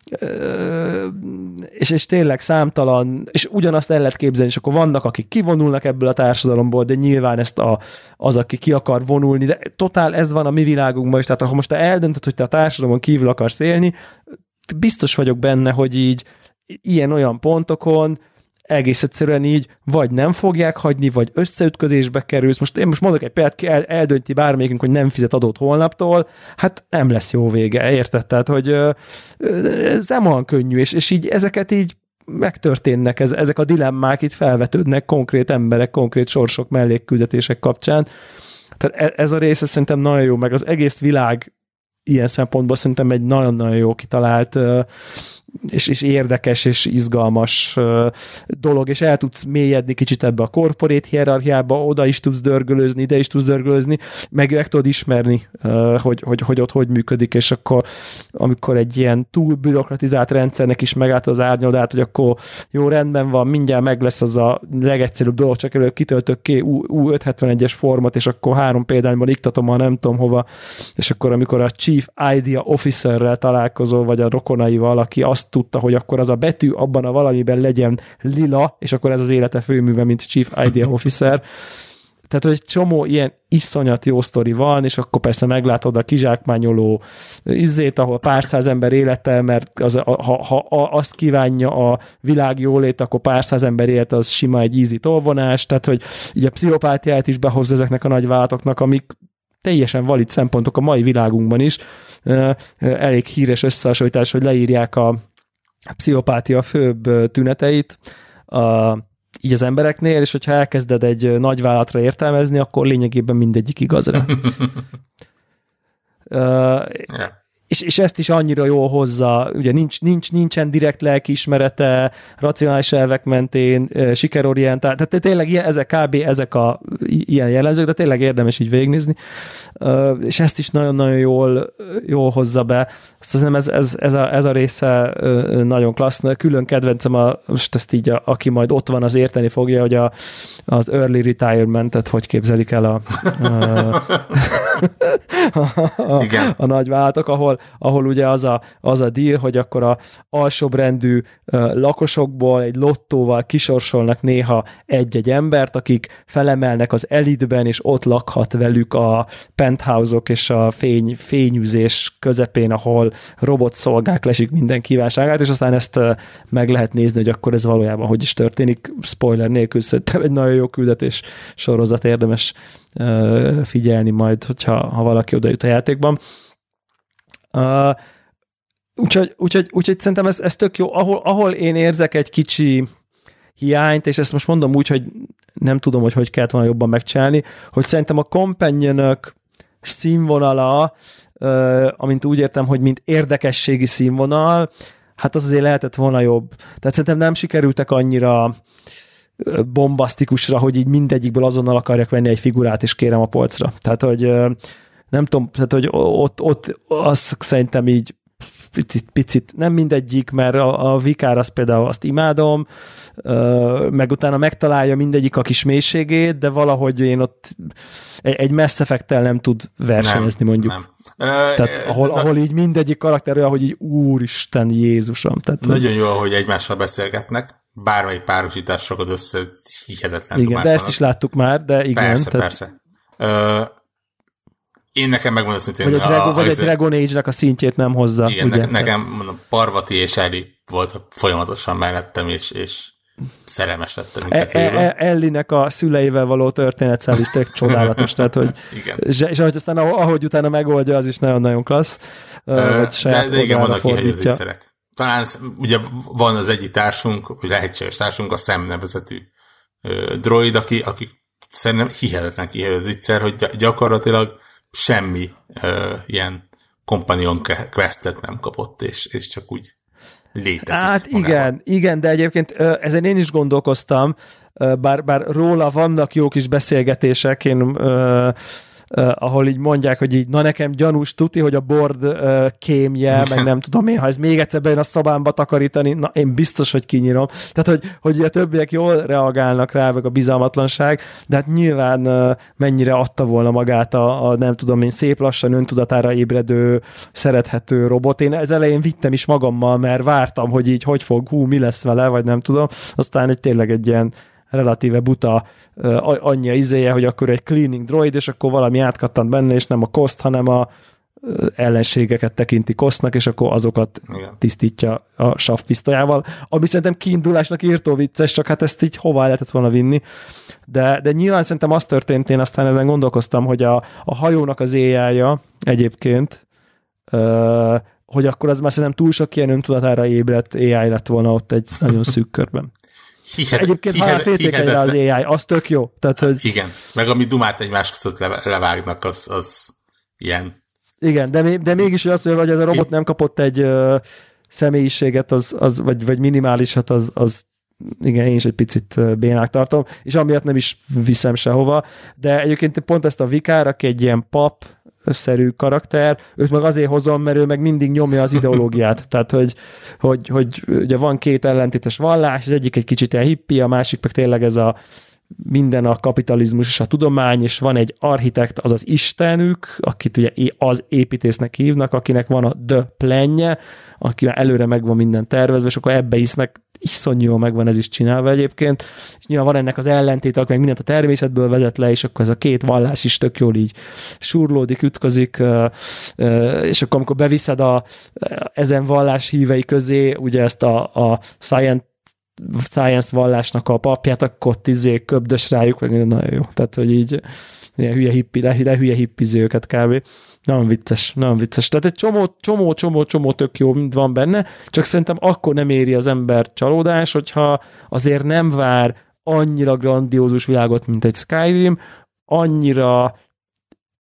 És, és tényleg számtalan, és ugyanazt el lehet képzelni, és akkor vannak, akik kivonulnak ebből a társadalomból, de nyilván ezt a, az, aki ki akar vonulni, de totál ez van a mi világunkban is, tehát ha most te eldöntöd, hogy te a társadalomon kívül akarsz élni, biztos vagyok benne, hogy így ilyen-olyan pontokon egész egyszerűen így vagy nem fogják hagyni, vagy összeütközésbe kerülsz. Most én most mondok egy példát, el, eldönti bármelyikünk, hogy nem fizet adót holnaptól, hát nem lesz jó vége, érted? Tehát, hogy ez nem olyan könnyű, és, és így ezeket így megtörténnek, ez, ezek a dilemmák itt felvetődnek konkrét emberek, konkrét sorsok, mellékküldetések kapcsán. Tehát ez a része szerintem nagyon jó, meg az egész világ ilyen szempontból szerintem egy nagyon-nagyon jó kitalált és, és érdekes és izgalmas dolog, és el tudsz mélyedni kicsit ebbe a korporét hierarchiába, oda is tudsz dörgölözni, ide is tudsz dörgölözni, meg meg tudod ismerni, hogy, hogy, hogy ott hogy működik, és akkor amikor egy ilyen túl bürokratizált rendszernek is megállt az árnyoldát, hogy akkor jó, rendben van, mindjárt meg lesz az a legegyszerűbb dolog, csak előbb kitöltök ki U ötszázhetvenegyes formot, és akkor három példányban iktatom a nem tudom hova, és akkor amikor a Chief Idea Officerrel találkozol, vagy a rokonaival, aki azt tudta, hogy akkor az a betű abban a valamiben legyen lila, és akkor ez az élete főműve, mint Chief Idea Officer. Tehát, hogy egy csomó ilyen iszonyat jó sztori van, és akkor persze meglátod a kizsákmányoló izzét, ahol pár száz ember élete, mert az, ha, ha azt kívánja a világ jólét, akkor pár száz ember élete az sima egy easy tolvonás, tehát, hogy így a pszichopátiát is behoz ezeknek a nagyvállalatoknak, amik teljesen valid szempontok a mai világunkban is. Elég híres összehasonlítás, hogy leírják a pszichopátia főbb tüneteit a, így az embereknél, és hogyha elkezded egy nagyvállalatra értelmezni, akkor lényegében mindegyik igaz rá. uh, és, és ezt is annyira jól hozza, ugye nincs, nincs, nincsen direkt lelkiismerete, racionális elvek mentén, sikerorientált, tehát tényleg ilyen, ezek kb. Ezek a ilyen jellemzők, de tényleg érdemes így végignézni, és ezt is nagyon-nagyon jól, jól hozza be. Azt hiszem, ez, ez, ez, a, ez a része nagyon klassz. Külön kedvencem, a, most ezt így, a, aki majd ott van, az érteni fogja, hogy a, az early retirement-et hogy képzelik el a, a, a, a, a nagyvállalatok, ahol, ahol ugye az a, az a deal, hogy akkor a alsóbrendű lakosokból egy lottóval kisorsolnak néha egy-egy embert, akik felemelnek az elitben, és ott lakhat velük a penthouse-ok és a fény, fényűzés közepén, ahol robotszolgák lesik minden kívánságát, és aztán ezt meg lehet nézni, hogy akkor ez valójában hogy is történik. Spoiler nélkül szerintem egy nagyon jó küldetés sorozat, érdemes figyelni majd, hogyha ha valaki oda jut a játékban. Uh, úgyhogy, úgyhogy, úgyhogy szerintem ez, ez tök jó. Ahol, ahol én érzek egy kicsi hiányt, és ezt most mondom úgy, hogy nem tudom, hogy hogy kellett volna jobban megcsinálni, hogy szerintem a companionök színvonala, uh, amint úgy értem, hogy mint érdekességi színvonal, hát az azért lehetett volna jobb. Tehát szerintem nem sikerültek annyira bombasztikusra, hogy így mindegyikből azonnal akarjak venni egy figurát, és kérem a polcra. Tehát, hogy nem tudom, tehát, hogy ott, ott az szerintem így picit, picit, nem mindegyik, mert a, a Vikár azt például azt imádom, meg utána megtalálja mindegyik a kis mélységét, de valahogy én ott egy, egy Mass Effect-tel nem tud versenyezni, nem, mondjuk. Nem. Tehát ahol, ahol így mindegyik karakter olyan, hogy így úristen, Jézusom. Tehát, nagyon jó, hogy egymással beszélgetnek, bármelyik párosítás rakod össze, hihetetlen. Igen, de ezt vannak. Is láttuk már, de igen. Persze, tehát... persze. Ö, én nekem megmondom szintén... Vagy egy, Dragon, vagy egy Dragon Age-nak a szintjét nem hozza. Igen, ugye? Ne, nekem mondom, Parvati és Ellie volt folyamatosan mellettem, és, és szerelmes lettem mindkettőről. E, e, Ellie-nek a szüleivel való történetszál is tényleg csodálatos, tehát hogy igen. És, és ahogy aztán ahogy utána megoldja, az is nagyon-nagyon klassz. Ö, de, de igen, vannak ilyen viccerek. Talán ugye van az egyik társunk, vagy lehetséges társunk, a Sam nevezetű ö, droid, aki, aki szerintem hihetetlen kihelyező zicser, hogy gyakorlatilag semmi ö, ilyen companion questet nem kapott, és, és csak úgy létezik. Hát magában. igen, igen, de egyébként ezen én is gondolkoztam, bár, bár róla vannak jó kis beszélgetések, én ö, Uh, ahol így mondják, hogy így, na nekem gyanús tuti, hogy a board uh, kémje, meg nem tudom én, ha ez még egyszer bejön a szobámba takarítani, na én biztos, hogy kinyírom. Tehát, hogy, hogy a többiek jól reagálnak rá, meg a bizalmatlanság, de hát nyilván uh, mennyire adta volna magát a, a nem tudom én, szép lassan öntudatára ébredő, szerethető robot. Én ez elején vittem is magammal, mert vártam, hogy így hogy fog, hú, mi lesz vele, vagy nem tudom. Aztán egy tényleg egy ilyen relatíve buta uh, annyi a izéje, hogy akkor egy cleaning droid, és akkor valami átkattant benne, és nem a koszt, hanem a uh, ellenségeket tekinti kosztnak, és akkor azokat igen. tisztítja a savpisztolyával, ami szerintem kiindulásnak írtó vicces, csak hát ezt így hová lehetett volna vinni. De, de nyilván szerintem az történt, én aztán ezen gondolkoztam, hogy a, a hajónak az éjjája egyébként, uh, hogy akkor az már szerintem túl sok ilyen öntudatára ébredt á i lett volna ott egy nagyon szűk körben. Hihet, Egyébként ha féltékeny rá az á i, az tök jó. Tehát, hogy... Igen, meg ami dumát egymás között levágnak, az, az ilyen. Igen, de, még, de mégis az, hogy ez a robot nem kapott egy uh, személyiséget, az, az, vagy, vagy minimálisat, az, az igen, én is egy picit bénák tartom, és amiatt nem is viszem sehova, de egyébként pont ezt a Vikár, aki egy ilyen pap szerű karakter, őt meg azért hozom, mert ő meg mindig nyomja az ideológiát. Tehát, hogy, hogy, hogy ugye van két ellentétes vallás, az egyik egy kicsit ilyen hippi, a másik meg tényleg ez a minden a kapitalizmus és a tudomány, és van egy architekt, az az istenük, akit ugye az építésznek hívnak, akinek van a The Plan-je, aki előre megvan minden tervezve, és akkor ebbe hisznek, iszonyú jól megvan ez is csinálva egyébként, és nyilván van ennek az ellentét, aki meg mindent a természetből vezet le, és akkor ez a két vallás is tök jól így surlódik, ütközik, és akkor amikor beviszed a, ezen vallás hívei közé, ugye ezt a, a science, science vallásnak a papját, akkor izé köbdös rájuk, meg nagyon jó. Tehát, hogy így ilyen hülye hippi, le, le hülye hippiző őket kb. Nagyon vicces, nagyon vicces. Tehát egy csomó, csomó, csomó, csomó tök jó mind van benne, csak szerintem akkor nem éri az ember csalódás, hogyha azért nem vár annyira grandiózus világot, mint egy Skyrim, annyira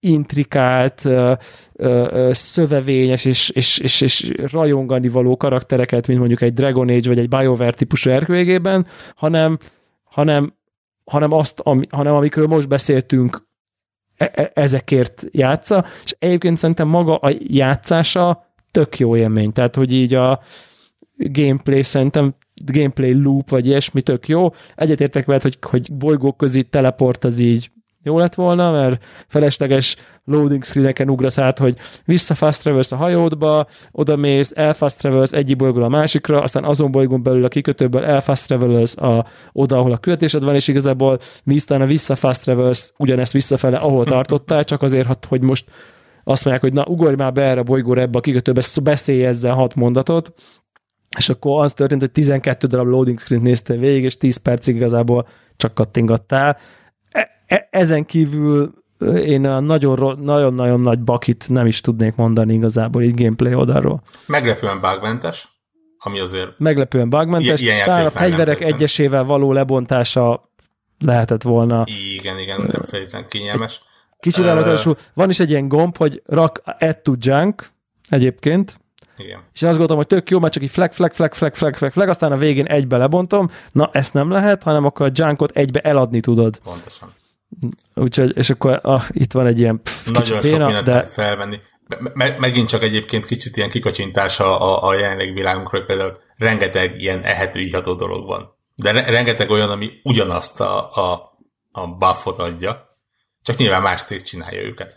intrikált, ö, ö, szövevényes és, és, és, és rajongani való karaktereket, mint mondjuk egy Dragon Age vagy egy BioWare típusú er pé gében, hanem, hanem, hanem, azt, ami, hanem amikről most beszéltünk, e- ezekért játsza, és egyébként szerintem maga a játszása tök jó élmény, tehát hogy így a gameplay szerintem gameplay loop, vagy ilyesmi tök jó. Egyetértek veled, hogy, hogy bolygók közé teleport az így jó lett volna, mert felesleges loading screeneken ugrasz át, hogy vissza fast traverse a hajódba, oda mész, el fast traverse egyik bolygóra a másikra, aztán azon bolygón belül a kikötőből el fast traverse a, oda, ahol a küldetésed van, és igazából vissza, vissza fast traverse ugyanezt visszafele, ahol tartottál, csak azért, hogy most azt mondják, hogy na, ugorj már be erre a bolygóra, ebbe a kikötőbe, beszélj ezzel hat mondatot, és akkor az történt, hogy tizenkét darab loading screen-t néztél végig, és tíz percig igazából csak kattingattál. E- ezen kívül én a nagyon-nagyon nagy bakit nem is tudnék mondani igazából így gameplay oldalról. Meglepően bugmentes, ami azért... Meglepően bugmentes, talán a fegyverek egyesével való lebontása lehetett volna. Igen, igen, nem feltétlenül kényelmes. Kicsit uh... van is egy ilyen gomb, hogy rak add to junk egyébként, igen. És én azt gondoltam, hogy tök jó, mert csak így flag, flag, flag, flag, flag, flag, flag, aztán a végén egybe lebontom, na ezt nem lehet, hanem akkor a junkot egybe eladni tudod. Pontosan. Úgyhogy, és akkor ah, itt van egy ilyen pff, nagyon sok mindent de... felvenni. Me- megint csak egyébként kicsit ilyen kikacsintása a, a jelenlegi világunkról, hogy például rengeteg ilyen ehető, iható dolog van. De re- rengeteg olyan, ami ugyanazt a, a, a buffot adja, csak nyilván más cég csinálja őket.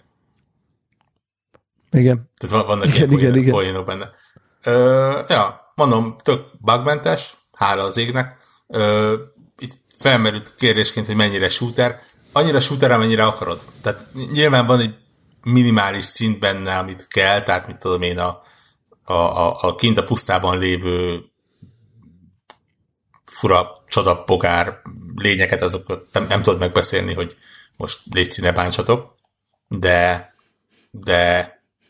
Igen. Tehát vannak igen, ilyen igen, poénok benne. Ö, ja, mondom, tök bugmentes, hála az égnek. Ö, itt felmerült kérdésként, hogy mennyire shooter. Annyira shooter, amennyire akarod. Tehát nyilván van egy minimális szint benne, amit kell, tehát mit tudom én, a, a, a, a kint a pusztában lévő fura csodapogár lényeket, azokat nem, nem tudod megbeszélni, hogy most légy ne bántsatok, de de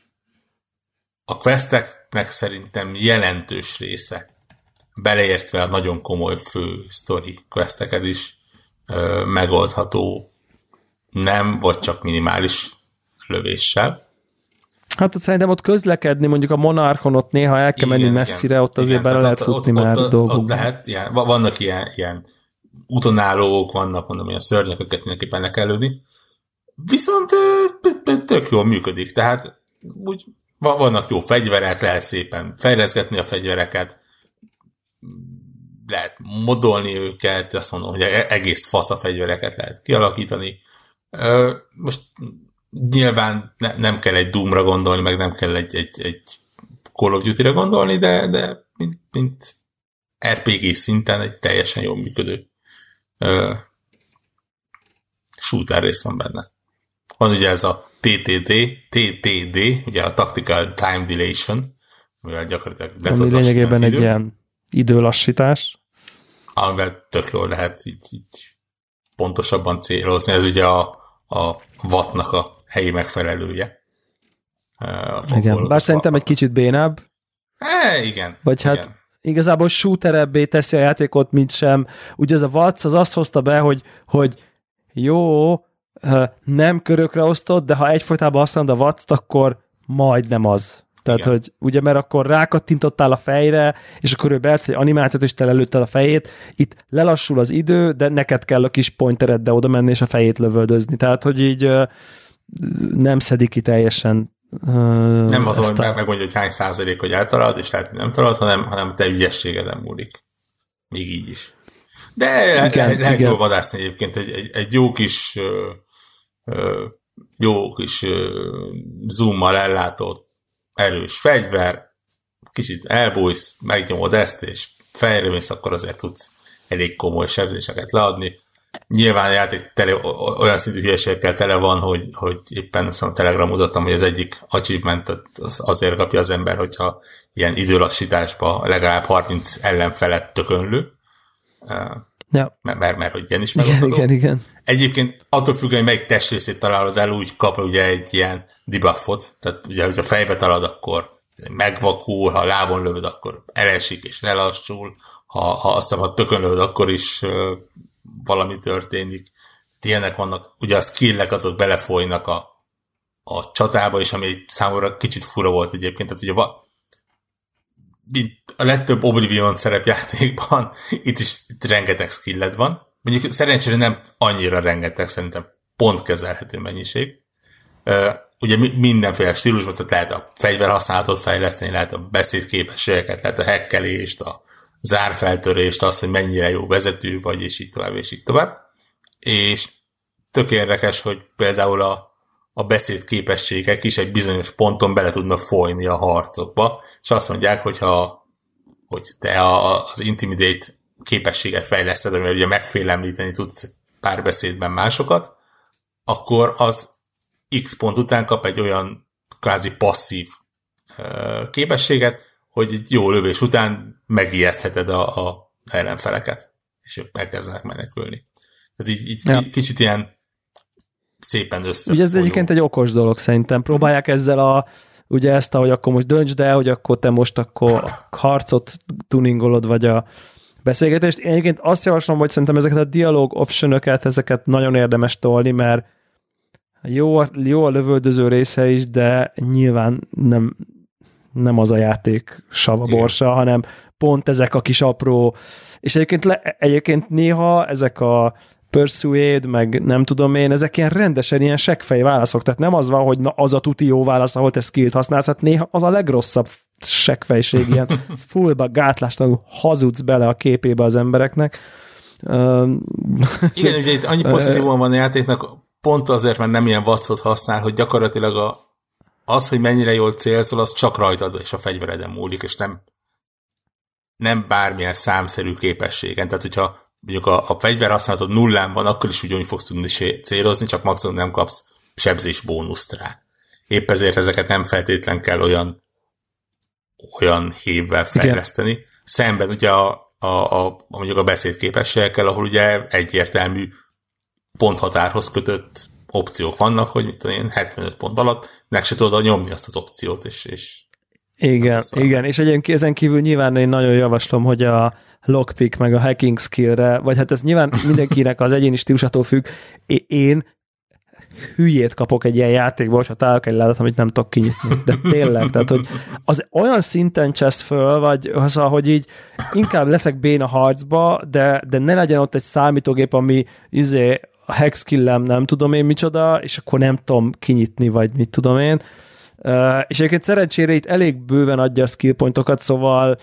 a questeknek szerintem jelentős része, beleértve a nagyon komoly fő sztori questeket is ö, megoldható nem, vagy csak minimális lövéssel. Hát szerintem ott közlekedni, mondjuk a Monarchon ott néha el kell menni igen, messzire, ott azért bele lehet futni ott, már ott, dolgok. Ott lehet, ilyen, vannak ilyen, ilyen útonállók, vannak mondom, ilyen szörnyek, akiket mindenképpen le kell lőni. Viszont tök jól működik, tehát úgy vannak jó fegyverek, lehet szépen fejleszgetni a fegyvereket, lehet modolni őket, azt mondom, hogy egész fasz a fegyvereket lehet kialakítani. Most nyilván ne, nem kell egy Doomra gondolni, meg nem kell egy, egy, egy Call of Duty-ra gondolni, de, de mint, mint er pé gé szinten egy teljesen jól működő uh, shooter rész van benne. Van ugye ez a té té dé, té té dé, ugye a Tactical Time Dilation, amivel gyakorlatilag le ami lényegében egy ilyen időlassítás. Amivel tök jól lehet így, így pontosabban célozni. Ez ugye a, a wattnak a helyi megfelelője. Igen, bár szerintem egy kicsit bénább. E, igen. Vagy igen. hát igazából shooterebbé teszi a játékot, mint sem. Ugye ez a watt az azt hozta be, hogy, hogy jó, nem körökre osztott, de ha egyfolytában használod a watt-t, akkor majdnem az. Tehát, igen. hogy ugye, mert akkor rákattintottál a fejre, és akkor ő beállsz egy animációt, és te lelőtted a fejét. Itt lelassul az idő, de neked kell a kis pointereddel oda menni, és a fejét lövöldözni. Tehát, hogy így nem szedik ki teljesen. Nem azon, hogy a... megmondja, hogy hány százalék, hogy eltalálod, és lehet, hogy nem találod, hanem, hanem te ügyességeden múlik. Még így is. De igen, le, lehet jól vadászni egyébként. Egy, egy, egy jó kis ö, ö, jó kis ö, zoommal ellátott erős fegyver, kicsit elbújsz, megnyomod ezt, és fejre mész, akkor azért tudsz elég komoly sebzéseket leadni. Nyilván a játék tele, olyan szintű hülyeségekkel tele van, hogy, hogy éppen azt a Telegram mutattam, hogy az egyik achievement az azért kapja az ember, hogyha ilyen időlassításba legalább harminc ellenfelet tökönlő. Ja. Mert, mert, mert hogy ilyen is megadható. Igen, igen, igen. Egyébként attól függően, hogy melyik testrészét találod el, úgy kap ugye egy ilyen debuffot, tehát ugye, hogyha fejbe találod, akkor megvakul, ha lábon lövöd, akkor elesik és lelassul, ha, ha azt hiszem, ha tökön lövöd, akkor is uh, valami történik. Ilyenek vannak, ugye a skillek azok belefolynak a, a csatába is, ami egy számomra kicsit fura volt egyébként, tehát ugye va, a legtöbb Oblivion szerepjátékban itt is itt rengeteg skilled van. Mondjuk szerencsére nem annyira rengeteg, szerintem pont kezelhető mennyiség. Uh, ugye mindenféle stílusban, tehát lehet a fegyverhasználatot fejleszteni, lehet a beszédképességeket, lehet a hekkelést, a zárfeltörést, az, hogy mennyire jó vezető vagy, és így tovább, és így tovább. És tök érdekes, hogy például a, a beszédképességek is egy bizonyos ponton bele tudnak folyni a harcokba, és azt mondják, hogyha hogy te a, az Intimidate képességet fejleszted, amivel ugye megfélemlíteni tudsz párbeszédben másokat, akkor az X pont után kap egy olyan kvázi passzív uh, képességet, hogy egy jó lövés után megijesztheted a, a ellenfeleket, és ők elkezdenek menekülni. Tehát így, így ja. kicsit ilyen szépen össze. Ugye ez egyébként egy okos dolog szerintem. Próbálják ezzel a, ugye ezt, hogy akkor most döntsd el, hogy akkor te most akkor a harcot tuningolod, vagy a beszélgetést. Én egyébként azt javaslom, hogy szerintem ezeket a dialog optionöket, ezeket nagyon érdemes tolni, mert jó, jó a lövöldöző része is, de nyilván nem, nem az a játék savaborsa, hanem pont ezek a kis apró, és egyébként, le, egyébként néha ezek a Persuade, meg nem tudom én, ezek ilyen rendesen ilyen seggfej válaszok, tehát nem az van, hogy na, az a tuti jó válasz, ahol te skillt használsz, hát néha az a legrosszabb seggfejség, ilyen fullba gátlástalanul hazudsz bele a képébe az embereknek. Igen, ugye itt annyi pozitívum van a játéknak, pont azért, mert nem ilyen vasszot használ, hogy gyakorlatilag a, az, hogy mennyire jól célzol, az csak rajtad és a fegyvereden múlik, és nem, nem bármilyen számszerű képességen. Tehát, hogyha mondjuk a, a fegyver használatod nullán van, akkor is ugyanúgy fogsz tudni célozni, csak maximum nem kapsz sebzés bónuszt rá. Épp ezért ezeket nem feltétlen kell olyan olyan hévvel fejleszteni. Igen. Szemben ugye a, a, a, mondjuk a beszédképességekkel, ahol ugye egyértelmű ponthatárhoz kötött opciók vannak, hogy mit tudom én, hetvenöt pont alatt meg se tudod nyomni azt az opciót, és, és igen, igen, és egyébként ezen kívül nyilván én nagyon javaslom, hogy a lockpick meg a hacking skillre, vagy hát ez nyilván mindenkinek az egyéni stílusától függ. Én hülyét kapok egy ilyen játékból, hogyha találok egy ládat, amit nem tudok kinyitni. De tényleg, tehát, hogy az olyan szinten csesz föl, vagy az, hogy így inkább leszek béna harcba, de, de ne legyen ott egy számítógép, ami izé, a hack skillem nem tudom én micsoda, és akkor nem tudom kinyitni, vagy mit tudom én. Uh, és egyébként szerencsére itt elég bőven adja a skill pointokat, szóval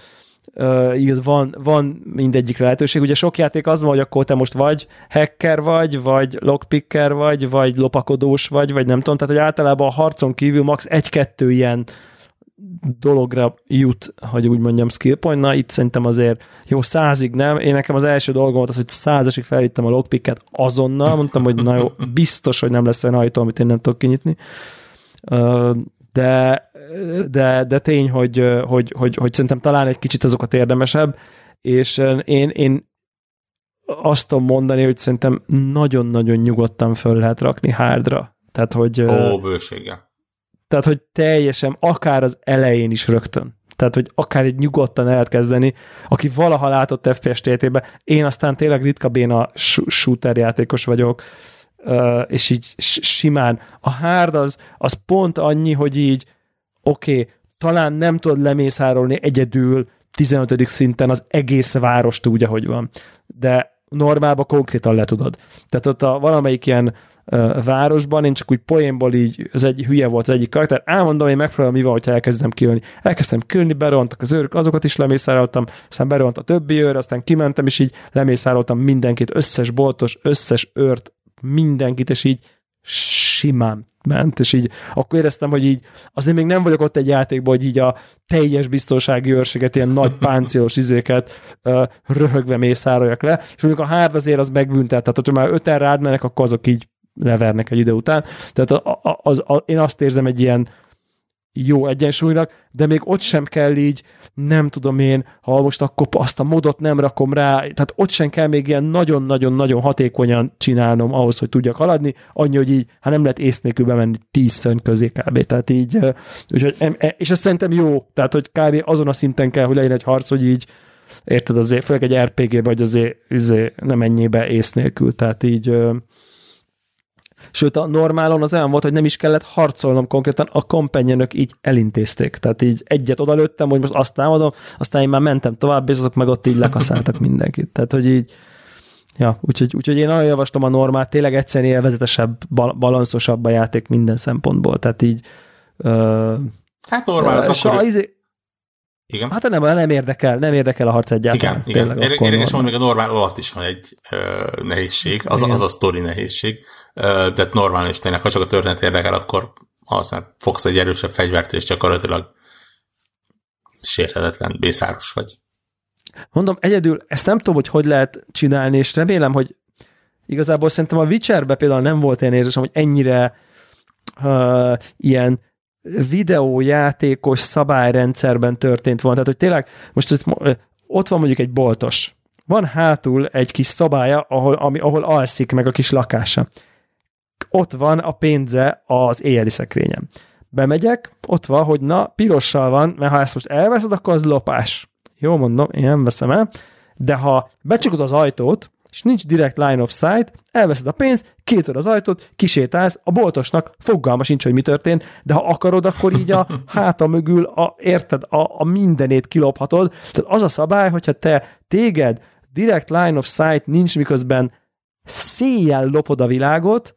uh, van, van mindegyikre lehetőség. Ugye sok játék az van, hogy akkor te most vagy hacker vagy, vagy lockpicker vagy, vagy lopakodós vagy, vagy nem tudom, tehát hogy általában a harcon kívül max egy-kettő ilyen dologra jut, hogy úgy mondjam, skill point. Na, itt szerintem azért jó, százig nem. Én nekem az első dolgom volt az, hogy százasig felvittem a lockpicket azonnal, mondtam, hogy na jó, biztos, hogy nem lesz olyan ajtó, amit én nem tudok kinyitni. Uh, de, de, de tény, hogy, hogy, hogy, hogy szerintem talán egy kicsit azokat érdemesebb, és én, én azt tudom mondani, hogy szerintem nagyon-nagyon nyugodtan föl lehet rakni hardra. Tehát, hogy... Ó, bőséggel. Tehát, hogy teljesen, akár az elején is rögtön. Tehát, hogy akár egy nyugodtan el lehet kezdeni, aki valaha látott ef pé es té té-be, én aztán tényleg ritka béna shooter játékos vagyok, Uh, és így simán. A hard az, az pont annyi, hogy így oké, okay, talán nem tudod lemészárolni egyedül tizenötödik szinten az egész várost úgy, ahogy van. De normálban konkrétan le tudod. Tehát ott a valamelyik ilyen uh, városban én csak úgy poénból így, az egy hülye volt az egyik karakter, elmondom, én megpróbálom, mi van, hogyha elkezdem kijönni. Elkezdtem kijönni, berohantak az őrök, azokat is lemészároltam, aztán berohant a többi őr, aztán kimentem, és így lemészároltam mindenkit, összes boltos, összes őrt, mindenkit, és így simán ment, és így akkor éreztem, hogy így azért még nem vagyok ott egy játékban, hogy így a teljes biztonsági őrséget, ilyen nagy páncélos izéket uh, röhögve mészároljak le, és mondjuk a hard azért az megbüntet, tehát hogyha már öten rád mennek, akkor azok így levernek egy idő után. Tehát a, a, az, a, én azt érzem egy ilyen jó egyensúlynak, de még ott sem kell így, nem tudom én, ha most akkor azt a modot nem rakom rá, tehát ott sem kell még ilyen nagyon-nagyon-nagyon hatékonyan csinálnom ahhoz, hogy tudjak haladni, annyi, hogy így, ha nem lehet ész nélkül bemenni tíz szörny közé kb. Tehát így, úgyhogy, és ez szerintem jó, tehát hogy kb. Azon a szinten kell, hogy legyen egy harc, hogy így, érted, azért, főleg egy er pé gé-be, hogy azért, azért nem ennyibe ész nélkül, tehát így Sőt, a normálon az olyan volt, hogy nem is kellett harcolnom konkrétan, a companionök így elintézték. Tehát így egyet odalőttem, hogy most azt támadom, aztán én már mentem tovább, és azok meg ott így lekaszáltak mindenkit. Tehát, hogy így, ja, úgyhogy, úgyhogy én nagyon javaslom a normát, tényleg egyszerűen élvezetesebb, balanszosabb a játék minden szempontból. Tehát így... Uh, hát normál, az akkor... Izé, igen. Hát nem, nem érdekel, nem érdekel a harc egyáltalán. Igen, igen. Érdekes, hogy még a normál alatt is van egy uh, nehézség, az, az a sztori nehézség, uh, de normál is tényleg, ha csak a történet érdekel, akkor aztán fogsz egy erősebb fegyvert, és gyakorlatilag sérthetetlen, bészáros vagy. Mondom, egyedül ezt nem tudom, hogy hogy lehet csinálni, és remélem, hogy igazából szerintem a Witcherben például nem volt ilyen érzésem, hogy ennyire uh, ilyen videójátékos szabályrendszerben történt volna. Tehát, hogy tényleg most ez, ott van mondjuk egy boltos. Van hátul egy kis szobája, ahol, ami, ahol alszik meg a kis lakása. Ott van a pénze az éjjeli szekrényen. Bemegyek, ott van, hogy na, pirossal van, mert ha ezt most elveszed, akkor az lopás. Jó, mondom, én nem veszem el, de ha becsukod az ajtót, és nincs direct line of sight, elveszed a pénzt, kinyitod az ajtót, kisétálsz, a boltosnak fogalma sincs, hogy mi történt, de ha akarod, akkor így a háta mögül, a, érted, a, a mindenét kilophatod. Tehát az a szabály, hogyha te téged direct line of sight nincs, miközben széjjel lopod a világot,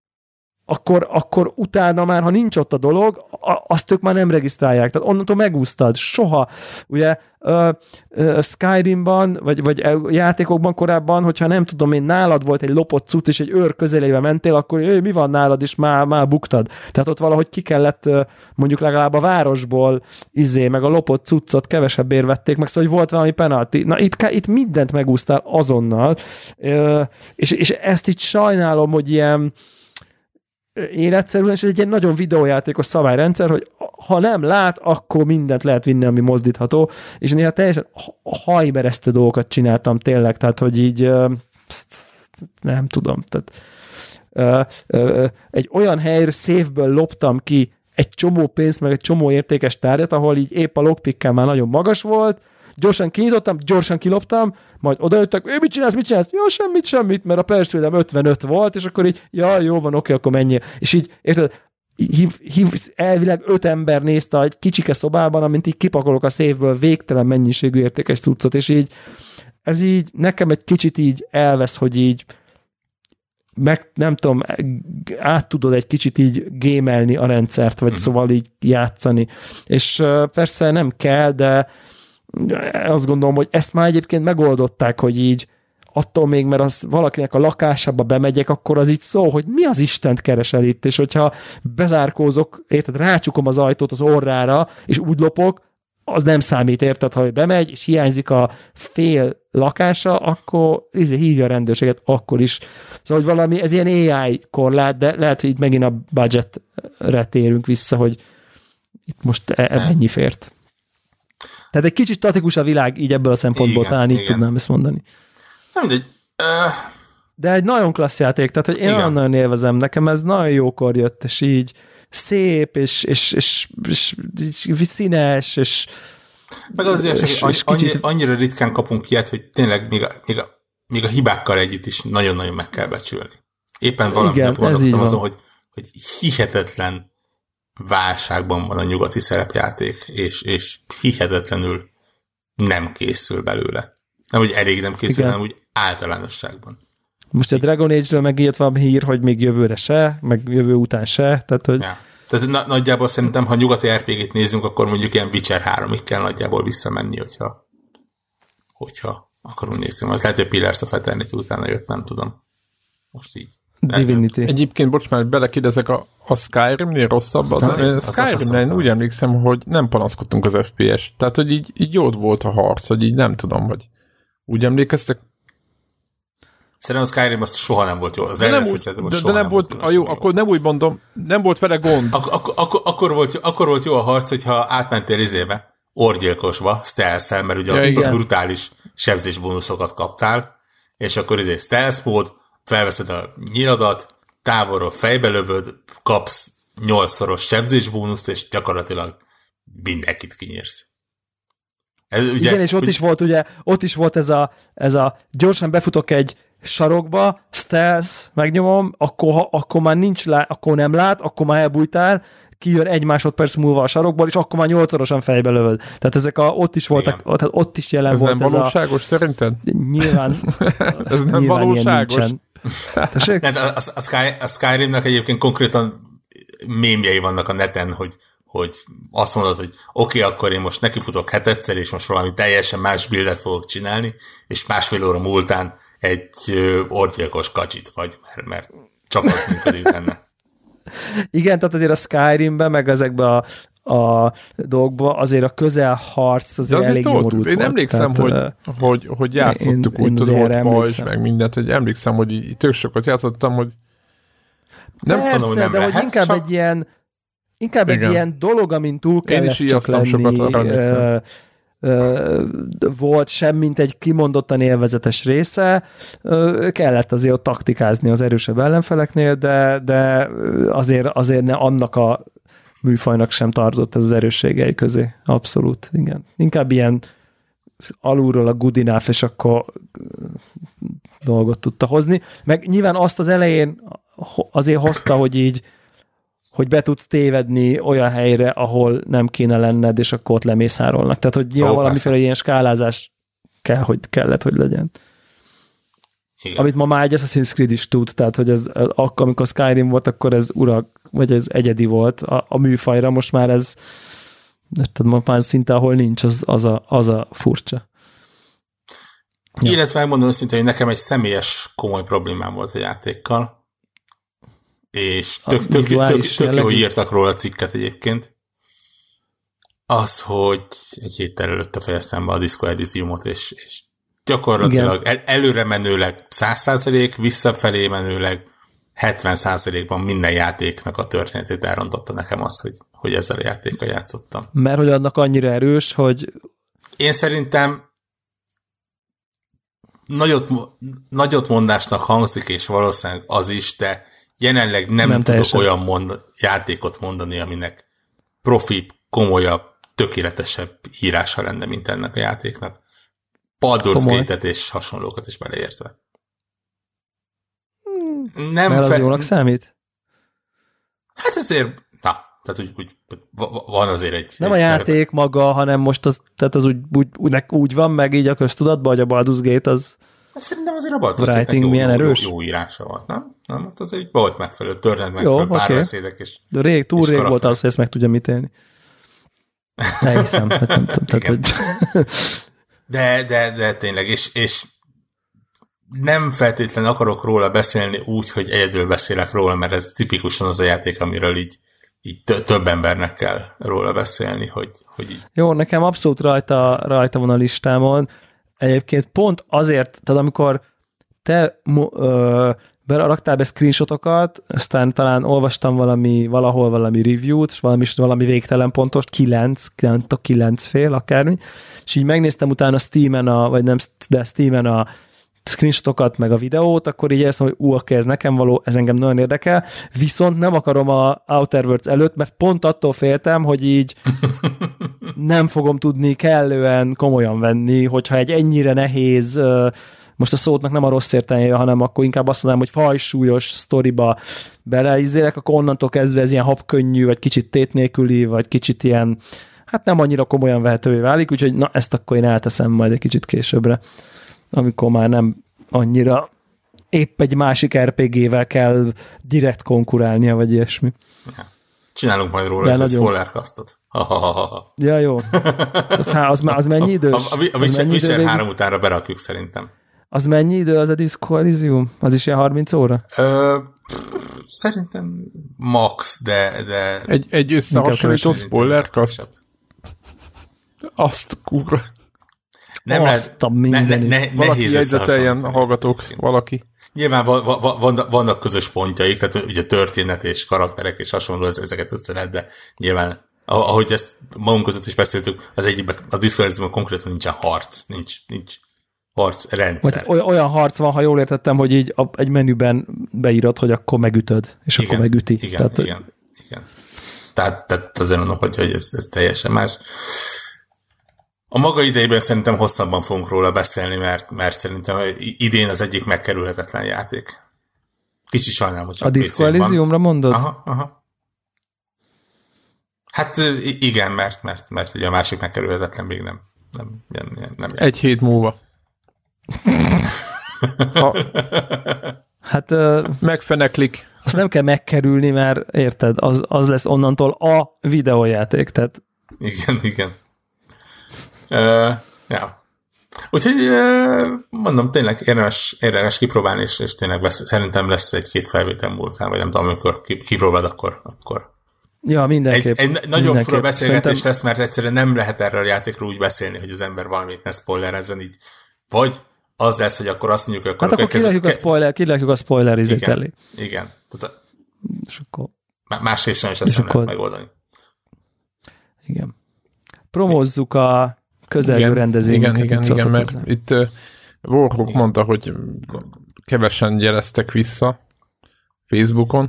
akkor, akkor utána már, ha nincs ott a dolog, azt ők már nem regisztrálják. Tehát onnantól megúsztad. Soha. Ugye uh, uh, Skyrimban, vagy, vagy játékokban korábban, hogyha nem tudom én, nálad volt egy lopott cucc, és egy őr közelébe mentél, akkor mi van nálad, és már, már buktad. Tehát ott valahogy ki kellett uh, mondjuk legalább a városból izé, meg a lopott cuccot kevesebbért vették, meg szóval, hogy volt valami penalty. Na itt, itt mindent megúsztál azonnal, uh, és, és ezt itt sajnálom, hogy ilyen életszerűen, és ez egy ilyen nagyon videójátékos szabályrendszer, hogy ha nem lát, akkor mindent lehet vinni, ami mozdítható, és néha teljesen hajmeresztő dolgokat csináltam tényleg, tehát, hogy így nem tudom, tehát egy olyan helyről széfből loptam ki egy csomó pénzt, meg egy csomó értékes tárgyat, ahol így épp a lockpickkel már nagyon magas volt, gyorsan kinyitottam, gyorsan kiloptam, majd odajöttek, ő mit csinálsz, mit csinálsz? Ja, semmit, semmit, mert a persződem ötvenöt volt, és akkor így, ja, jó van, oké, akkor menjél. És így, érted, hív, hív, elvileg öt ember nézte egy kicsike szobában, amint így kipakolok a széfből végtelen mennyiségű értékes cuccot, és így, ez így nekem egy kicsit így elvesz, hogy így meg nem tudom, át tudod egy kicsit így gémelni a rendszert, vagy mm. szóval így játszani. És persze nem kell, de azt gondolom, hogy ezt már egyébként megoldották, hogy így attól még, mert az valakinek a lakásába bemegyek, akkor az így szó, hogy mi az Istent keresel itt, és hogyha bezárkózok, érted, rácsukom az ajtót az orrára, és úgy lopok, az nem számít, érted, ha ő bemegy, és hiányzik a fél lakása, akkor izé, hívja a rendőrséget, akkor is. Szóval, hogy valami, ez ilyen á i korlát, de lehet, hogy itt megint a budgetre térünk vissza, hogy itt most e- mennyi fért. Tehát egy kicsit statikus a világ így ebből a szempontból, igen, talán így igen. tudnám ezt mondani. Nem, de, uh... de egy nagyon klassz játék, tehát hogy én igen. nagyon élvezem, nekem ez nagyon jókor jött, és így szép, és, és, és, és, és színes, és meg azért, és, és annyi, kicsit... annyira ritkán kapunk ilyet, hogy tényleg még a, még, a, még a hibákkal együtt is nagyon-nagyon meg kell becsülni. Éppen valami nap gondoltam azon, hogy, hogy hihetetlen válságban van a nyugati szerepjáték, és, és hihetetlenül nem készül belőle. Nem, hogy elég nem készül, igen. hanem úgy általánosságban. Most a Dragon Age-ről megírt van hír, hogy még jövőre se, meg jövő után se, tehát hogy... Ja. Tehát na- nagyjából szerintem, ha nyugati er pé gét nézzünk, akkor mondjuk ilyen Witcher háromig kell nagyjából visszamenni, hogyha, hogyha akarunk nézni. Majd lehet, hogy Pillars of Eternity utána jött, nem tudom. Most így. Divinity. Egyébként, bocs, már belekidezek a, a Skyrimnél rosszabb. Az, az, Skyrimnél én úgy emlékszem, hogy nem panaszkodtunk az ef pé es. Tehát, hogy így, így jót volt a harc, hogy így nem tudom, vagy úgy emlékeztek? Szerintem a Skyrim az soha nem volt jó. Az de nem, úgy, de, de nem, nem volt, volt jó, akkor nem úgy mondom, nem volt vele gond. Ak- ak- ak- akkor, volt, akkor volt jó a harc, hogyha átmentél izébe, orgyilkosba, stealth-szel, mert ugye ja, a brutális sebzésbónuszokat kaptál, és akkor izé stealth mód, felveszed a nyiladat, távolról fejbe lövöd, kapsz nyolcszoros sebzésbónuszt, és gyakorlatilag mindenkit kinyírsz. Ez, ugye, igen, és ott, ugye, is volt, ugye, ott is volt ez a, ez a gyorsan befutok egy sarokba, stealth, megnyomom, akkor, ha, akkor már nincs lá, akkor nem lát, akkor már elbújtál, kijön egy másodperc múlva a sarokból, és akkor már nyolcszorosan fejbe lövöd. Tehát ezek a, ott is voltak, ott, ott is jelen ez volt. Nem ez nem valóságos a, szerinted? Nyilván. Ez nem nyilván valóságos? A, a, Sky, a Skyrimnek egyébként konkrétan mémjei vannak a neten, hogy, hogy azt mondod, hogy oké, okay, akkor én most nekifutok hetedszer, és most valami teljesen más buildet fogok csinálni, és másfél óra múltán egy orgyilkos kacsit vagy, mert, mert csak az működik benne. Igen, tehát azért a Skyrimben, meg ezekben a, a dolgokban azért a közelharc azért, azért elég nyomorult volt. Én emlékszem, tehát, hogy, uh, hogy, hogy játszottuk én, úgy, tudod, volt pajzs, meg mindent, hogy emlékszem, hogy így tök sokat játszottam, hogy nem Persze, mondom, hogy nem de lehet, hogy inkább csak... egy ilyen inkább Igen. egy ilyen dolog, amin túl kellett csak lenni. Sokat, arra volt sem, mint egy kimondottan élvezetes része, kellett azért ott taktikázni az erősebb ellenfeleknél, de, de azért, azért ne annak a műfajnak sem tartozott ez az erősségei közé. Abszolút, igen. Inkább ilyen alulról a good enough, és akkor dolgot tudta hozni. Meg nyilván azt az elején azért hozta, hogy így hogy be tudsz tévedni olyan helyre, ahol nem kéne lenned, és akkor ott lemészárolnak. Tehát, hogy nyilván oh, valamiféle ilyen skálázás kell, hogy kellett, hogy legyen. Igen. Amit ma már egy Assassin's Creed is tud, tehát, hogy ez, akkor, amikor Skyrim volt, akkor ez urak, vagy ez egyedi volt a, a műfajra, most már ez tehát most már szinte, ahol nincs, az, az, a, az a furcsa. Ja. Illetve megmondom szintén, hogy nekem egy személyes komoly problémám volt a játékkal, és tök, tök, tök, tök, tök jó írtak róla a cikket egyébként, az, hogy egy héttel előtte fejeztem be a Disco Elysiumot, és, és gyakorlatilag el, előre menőleg száz százalék, visszafelé menőleg hetven százalékban minden játéknak a történetét elrontotta nekem az, hogy, hogy ezzel a játékkal játszottam. Mert hogy annak annyira erős, hogy... Én szerintem nagyot, nagyot mondásnak hangzik, és valószínűleg az is, de jelenleg nem, nem tudok teljesen. olyan mond, játékot mondani, aminek profi, komolyabb, tökéletesebb írása lenne, mint ennek a játéknak. Baldur's Gate-et és hasonlókat is beleértve. Nem Mert az fe... jónak számít? Hát ezért, na, tehát úgy, úgy van azért egy... Nem egy a játék mert... maga, hanem most az, tehát az úgy, úgy, úgy van, meg így a köztudatban, hogy a Baldur's Gate az... Szerintem azért a Baldur's Gate-nek jó, jó, jó, jó írása volt, nem? Nem, hát azért volt megfelelő történet, megfelelő jó, párbeszédek okay. és de rég, túl és rég volt az, hogy ezt meg tudjam ítélni. Elhiszem. Hát nem tudom, tehát, hogy... de, de, de tényleg, és, és nem feltétlenül akarok róla beszélni úgy, hogy egyedül beszélek róla, mert ez tipikusan az a játék, amiről így, így több embernek kell róla beszélni, hogy, hogy így. Jó, nekem abszolút rajta, rajta van a listámon. Egyébként pont azért, tehát amikor te ö, beraktál be screenshotokat, aztán talán olvastam valami, valahol valami review-t, és valami, valami végtelen pontos, kilenc, kilenc fél akármi, és így megnéztem utána Steamen, a, vagy nem, de Steamen a screenshotokat, meg a videót, akkor így éreztem, hogy ú, oké, ez nekem való, ez engem nagyon érdekel, viszont nem akarom a Outer Worlds előtt, mert pont attól féltem, hogy így nem fogom tudni kellően komolyan venni, hogyha egy ennyire nehéz, most a szótnak nem a rossz értelmében, hanem akkor inkább azt mondanám, hogy fajsúlyos sztoriba beleizélek, akkor onnantól kezdve ez ilyen habkönnyű, vagy kicsit tét nélküli, vagy kicsit ilyen, hát nem annyira komolyan vehetővé válik, úgyhogy na, ezt akkor én elteszem majd egy kicsit későbbre, amikor már nem annyira épp egy másik er pé gé-vel kell direkt konkurálnia, vagy ilyesmi. Csinálunk majd róla ezt a spoilercastot. Ja, jó. Az, az, az mennyi idős? A, a, a Witcher, Witcher három utánra berakjuk szerintem. Az mennyi idő az a Disco Elysium? Az is ilyen harminc óra? Ö, szerintem max, de... de egy, egy összehasonlító spoilercast? Azt kurva. Nem lehet, ne, ne, ne, valaki jegyzeteljen a hallgatók, valaki. Nyilván vannak, vannak közös pontjaik, tehát ugye történet és karakterek és hasonló, ezeket össze lehet, de nyilván, ahogy ezt magunk között is beszéltük, az egyikben, a Disco Elysiumban konkrétan nincsen harc, nincs, nincs harc rendszer. Vagy olyan harc van, ha jól értettem, hogy így egy menüben beírod, hogy akkor megütöd, és igen, akkor megüti. Igen, tehát, igen, igen. Tehát, tehát azért mondom, hogy, hogy ez, ez teljesen más. A maga idejében szerintem hosszabban fogunk róla beszélni, mert, mert szerintem idén az egyik megkerülhetetlen játék. Kicsit sajnálom, hogy csak a Disco Elysiumra mondod? Aha, aha. Hát igen, mert, mert, mert ugye a másik megkerülhetetlen még nem. nem, nem, nem, nem Egy hét múlva. ha hát uh, megfeneklik. Azt nem kell megkerülni, mert érted, az, az lesz onnantól a videójáték, tehát... Igen, igen. Uh, ja. Úgyhogy uh, mondom, tényleg érdemes, érdemes kipróbálni, és, és tényleg lesz, szerintem lesz egy-két felvétel múltán, vagy nem tudom, amikor kipróbáld, akkor, akkor ja, mindenképp. Egy, egy nagyon fura beszélgetés szerintem... lesz, mert egyszerűen nem lehet erről a játékról úgy beszélni, hogy az ember valamit ne spoilerezzen így. Vagy az lesz, hogy akkor azt mondjuk, akkor... Hát akkor kilakjuk a spoiler, kilakjuk a spoiler izét elé. Igen. Tehát, és akkor... Másképp sem is ezt nem lehet megoldani. Igen. Promózzuk a közelgő rendezvényeket. Igen, igen, igen, mert hozzá. Itt uh, Warhawk mondta, hogy kevesen jeleztek vissza Facebookon.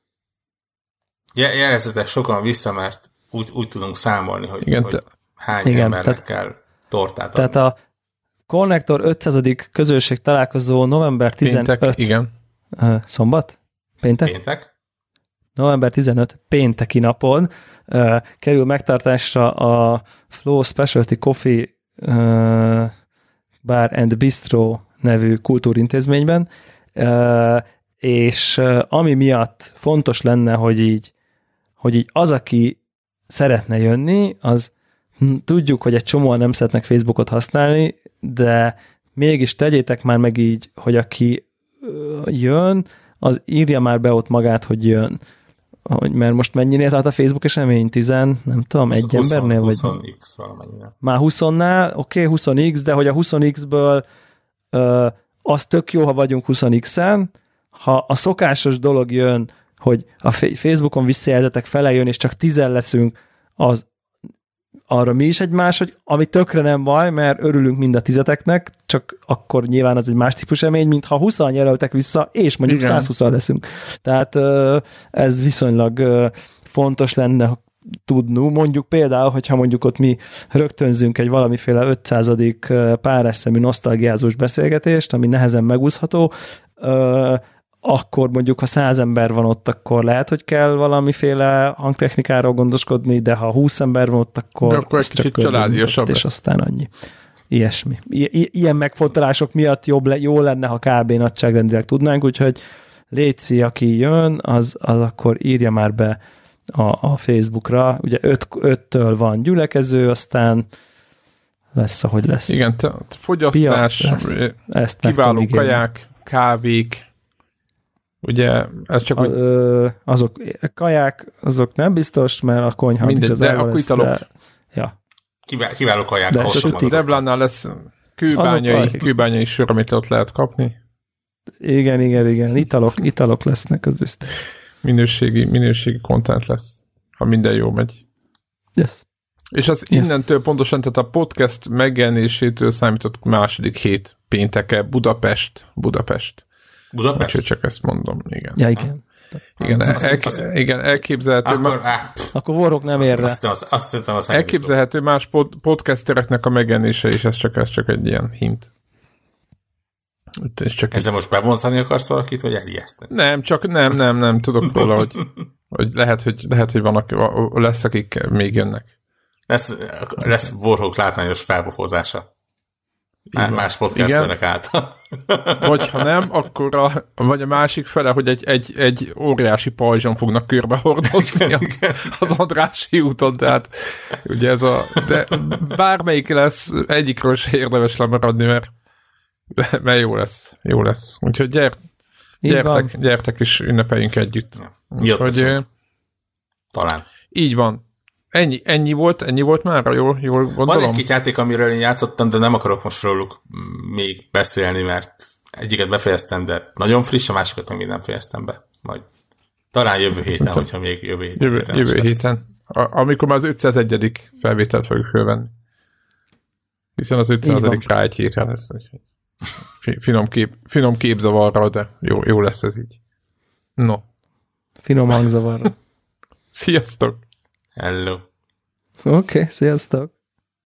Jelezzetek sokan vissza, mert úgy, úgy tudunk számolni, hogy, igen, hogy te... hány igen, embernek tehát, kell tortát tehát adni. A Connector ötszázadik közösség találkozó november tizenötödike. Péntek, igen. Uh, szombat? Péntek? Péntek. november tizenötödike pénteki napon uh, kerül megtartásra a Flow Specialty Coffee uh, Bar and Bistro nevű kultúrintézményben, uh, és uh, ami miatt fontos lenne, hogy így, hogy így az, aki szeretne jönni, az hm, tudjuk, hogy egy csomóan nem szeretnek Facebookot használni, de mégis tegyétek már meg így, hogy aki uh, jön, az írja már be ott magát, hogy jön. Hogy, mert most mennyinél tart a Facebook esemény? tizen, nem tudom, egy húsz, embernél? húsz vagy x valamennyire. Már huszonnál, oké, okay, húsz x, de hogy a húsz x-ből uh, az tök jó, ha vagyunk húsz x-en, ha a szokásos dolog jön, hogy a Facebookon visszajelzetek fele jön, és csak tizen leszünk, az arra mi is egy más, hogy ami tökre nem baj, mert örülünk mind a tizeteknek, csak akkor nyilván az egy más típus emény, mint ha húszan jelöltek vissza, és mondjuk igen. száz húszan leszünk. Tehát ez viszonylag fontos lenne tudnunk. Mondjuk például, hogyha mondjuk ott mi rögtönzünk egy valamiféle ötszázadik páreszemű nosztalgiázós beszélgetést, ami nehezen megúszható, akkor mondjuk, ha száz ember van ott, akkor lehet, hogy kell valamiféle hangtechnikáról gondoskodni, de ha húsz ember van ott, akkor, akkor egy kicsit családiasabb és aztán annyi. Ilyesmi. I- ilyen megfontolások miatt jobb le, jó lenne, ha kb. Nagyságrendileg tudnánk, úgyhogy létszi, aki jön, az, az akkor írja már be a, a Facebookra. Ugye öt, öttől van gyülekező, aztán lesz, ahogy lesz. Igen, te, fogyasztás, lesz. Kiváló kaják, kávék, ugye, ez csak... A, úgy... ö, azok kaják, azok nem biztos, mert a konyha... Mindegy, de akkor italok. De... Ja. Kivál, kiváló kaják. De a Deblannál lesz kőbányai, kőbányai sör, amit ott lehet kapni. Igen, igen, igen. Italok, italok lesznek, az biztos. Minőségi, minőségi content lesz, ha minden jó megy. Yes. És az yes. innentől pontosan, tehát a podcast megjelenésétől számított második hét pénteke, Budapest, Budapest. Budapest? Úgyhogy csak ezt mondom, igen. Ja, igen. Igen, el, el, igen elképzelhető. Akkor, má... akkor Warhawk nem ér rá. Azt, azt, azt, azt, azt elképzelhető más pod, podcastereknek a megjelenése is, ez csak, ez csak egy ilyen hint. Csak ezzel egy... most bevonzani akarsz valakit, vagy elijeszteni? Nem, csak nem, nem, nem, tudok róla, hogy, hogy lehet, hogy, lehet, hogy vannak, lesz, akik még jönnek. Lesz, lesz Warhawk látványos felpofozása. Már más podcasterek által. Vagy ha nem, akkor a, vagy a másik fele, hogy egy, egy, egy óriási pajzson fognak körbe hordozni a, az Andrássy úton, tehát ugye ez a, de bármelyik lesz, egyikről se érdemes lemaradni, mert, mert jó lesz, jó lesz. Úgyhogy gyert, gyertek, gyertek és ünnepeljünk együtt. Ja. Úgyhogy, talán. Így van. Ennyi, ennyi volt, ennyi volt már, jól, jól gondolom? Van egy-két játék, amiről én játszottam, de nem akarok most róluk még beszélni, mert egyiket befejeztem, de nagyon friss, a másikat még nem fejeztem be. Majd talán jövő héten, Szerintem. hogyha még jövő héten. Jövő, jövő héten. A, amikor már az ötszázegyedik felvételt fogjuk fölvenni. Hiszen az ötszázadik rá egy hétre lesz. Finom, kép, finom képzavarra, de jó, jó lesz ez így. No. Finom hangzavarra. Sziasztok! Hello. Oké, okay, sziasztok!